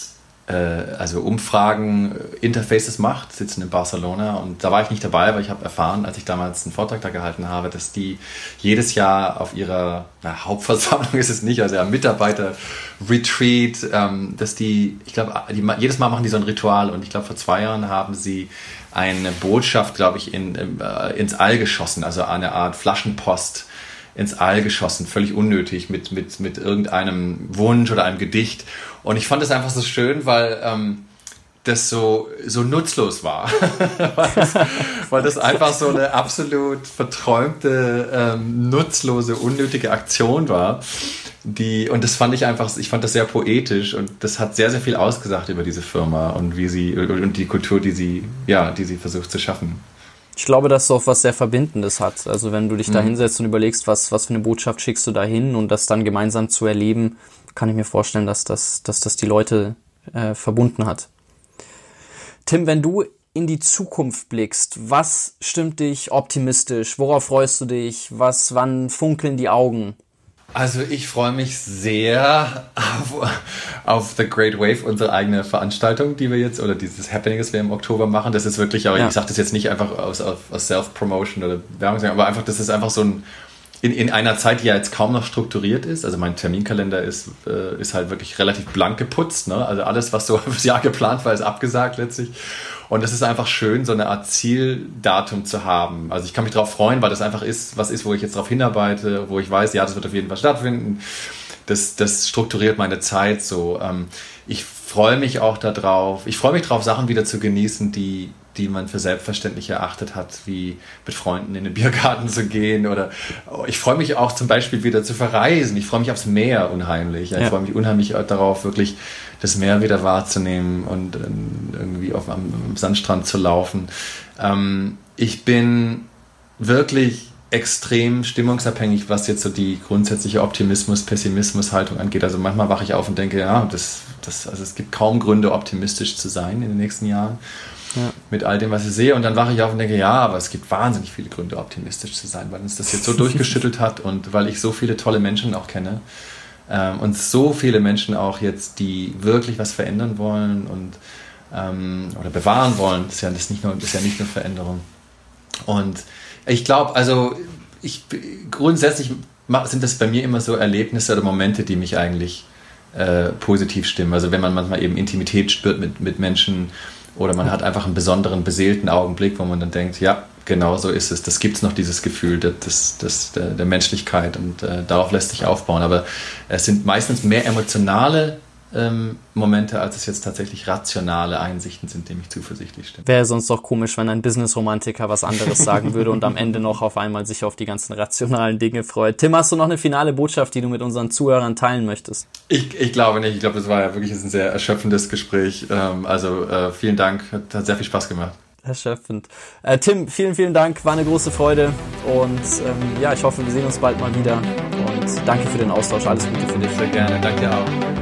äh, also Umfragen, Interfaces macht, sitzen in Barcelona, und da war ich nicht dabei, aber ich habe erfahren, als ich damals einen Vortrag da gehalten habe, dass die jedes Jahr auf ihrer na, Hauptversammlung ist es nicht, also ja, Mitarbeiter-Retreat, ähm, dass die, ich glaube, jedes Mal machen die so ein Ritual, und ich glaube, vor zwei Jahren haben sie eine Botschaft, glaube ich, in, äh, ins All geschossen, also eine Art Flaschenpost ins All geschossen, völlig unnötig, mit, mit, mit irgendeinem Wunsch oder einem Gedicht. Und ich fand das einfach so schön, weil ähm, das so, so nutzlos war. weil, das, weil das einfach so eine absolut verträumte, ähm, nutzlose, unnötige Aktion war. Die, und das fand ich einfach, ich fand das sehr poetisch, und das hat sehr, sehr viel ausgesagt über diese Firma und wie sie, und die Kultur, die sie, ja, die sie versucht zu schaffen. Ich glaube, dass es auch was sehr Verbindendes hat. Also wenn du dich da hinsetzt und überlegst, was, was für eine Botschaft schickst du da hin, und das dann gemeinsam zu erleben, kann ich mir vorstellen, dass das, dass das die Leute äh, verbunden hat. Tim, wenn du in die Zukunft blickst, was stimmt dich optimistisch? Worauf freust du dich? Was, wann funkeln die Augen? Also ich freue mich sehr auf, auf The Great Wave, unsere eigene Veranstaltung, die wir jetzt, oder dieses Happening, das wir im Oktober machen. Das ist wirklich, aber ja. Ich sage das jetzt nicht einfach aus, aus Self-Promotion oder Werbung, aber einfach, das ist einfach so ein, in, in einer Zeit, die ja jetzt kaum noch strukturiert ist. Also mein Terminkalender ist, äh, ist halt wirklich relativ blank geputzt, ne? Also alles, was so fürs Jahr geplant war, ist abgesagt letztlich. Und es ist einfach schön, so eine Art Zieldatum zu haben. Also ich kann mich darauf freuen, weil das einfach ist, was ist, wo ich jetzt darauf hinarbeite, wo ich weiß, ja, das wird auf jeden Fall stattfinden. Das, das strukturiert meine Zeit so. Ich freue mich auch darauf. Ich freue mich darauf, Sachen wieder zu genießen, die, die man für selbstverständlich erachtet hat, wie mit Freunden in den Biergarten zu gehen. Oder ich freue mich auch zum Beispiel wieder zu verreisen. Ich freue mich aufs Meer unheimlich. Ich ja. freue mich unheimlich darauf, wirklich das Meer wieder wahrzunehmen und irgendwie auf am, am Sandstrand zu laufen. Ähm, ich bin wirklich extrem stimmungsabhängig, was jetzt so die grundsätzliche Optimismus-Pessimismus-Haltung angeht. Also manchmal wache ich auf und denke, ja, das, das, also es gibt kaum Gründe, optimistisch zu sein in den nächsten Jahren. Ja. Mit all dem, was ich sehe. Und dann wache ich auf und denke, ja, aber es gibt wahnsinnig viele Gründe, optimistisch zu sein, weil uns das jetzt so durchgeschüttelt hat und weil ich so viele tolle Menschen auch kenne. Ähm, und so viele Menschen auch jetzt, die wirklich was verändern wollen und ähm, oder bewahren wollen. Das ist ja, das ist nicht nur, das ist ja nicht nur Veränderung. Und ich glaube, also ich, grundsätzlich sind das bei mir immer so Erlebnisse oder Momente, die mich eigentlich äh, positiv stimmen. Also wenn man manchmal eben Intimität spürt mit, mit Menschen, oder man hat einfach einen besonderen, beseelten Augenblick, wo man dann denkt, ja, genau so ist es. Das gibt es noch, dieses Gefühl des, des, des, der, der Menschlichkeit, und äh, darauf lässt sich aufbauen. Aber es sind meistens mehr emotionale ähm, Momente, als es jetzt tatsächlich rationale Einsichten sind, die mich zuversichtlich stimmen. Wäre sonst doch komisch, wenn ein Business-Romantiker was anderes sagen würde und am Ende noch auf einmal sich auf die ganzen rationalen Dinge freut. Tim, hast du noch eine finale Botschaft, die du mit unseren Zuhörern teilen möchtest? Ich, ich glaube nicht. Ich glaube, das war ja wirklich ein sehr erschöpfendes Gespräch. Ähm, also äh, vielen Dank. Hat, hat sehr viel Spaß gemacht. Erschöpfend. Äh, Tim, vielen, vielen Dank. War eine große Freude. Und ähm, ja, ich hoffe, wir sehen uns bald mal wieder. Und danke für den Austausch. Alles Gute für dich. Sehr gerne. Danke dir auch.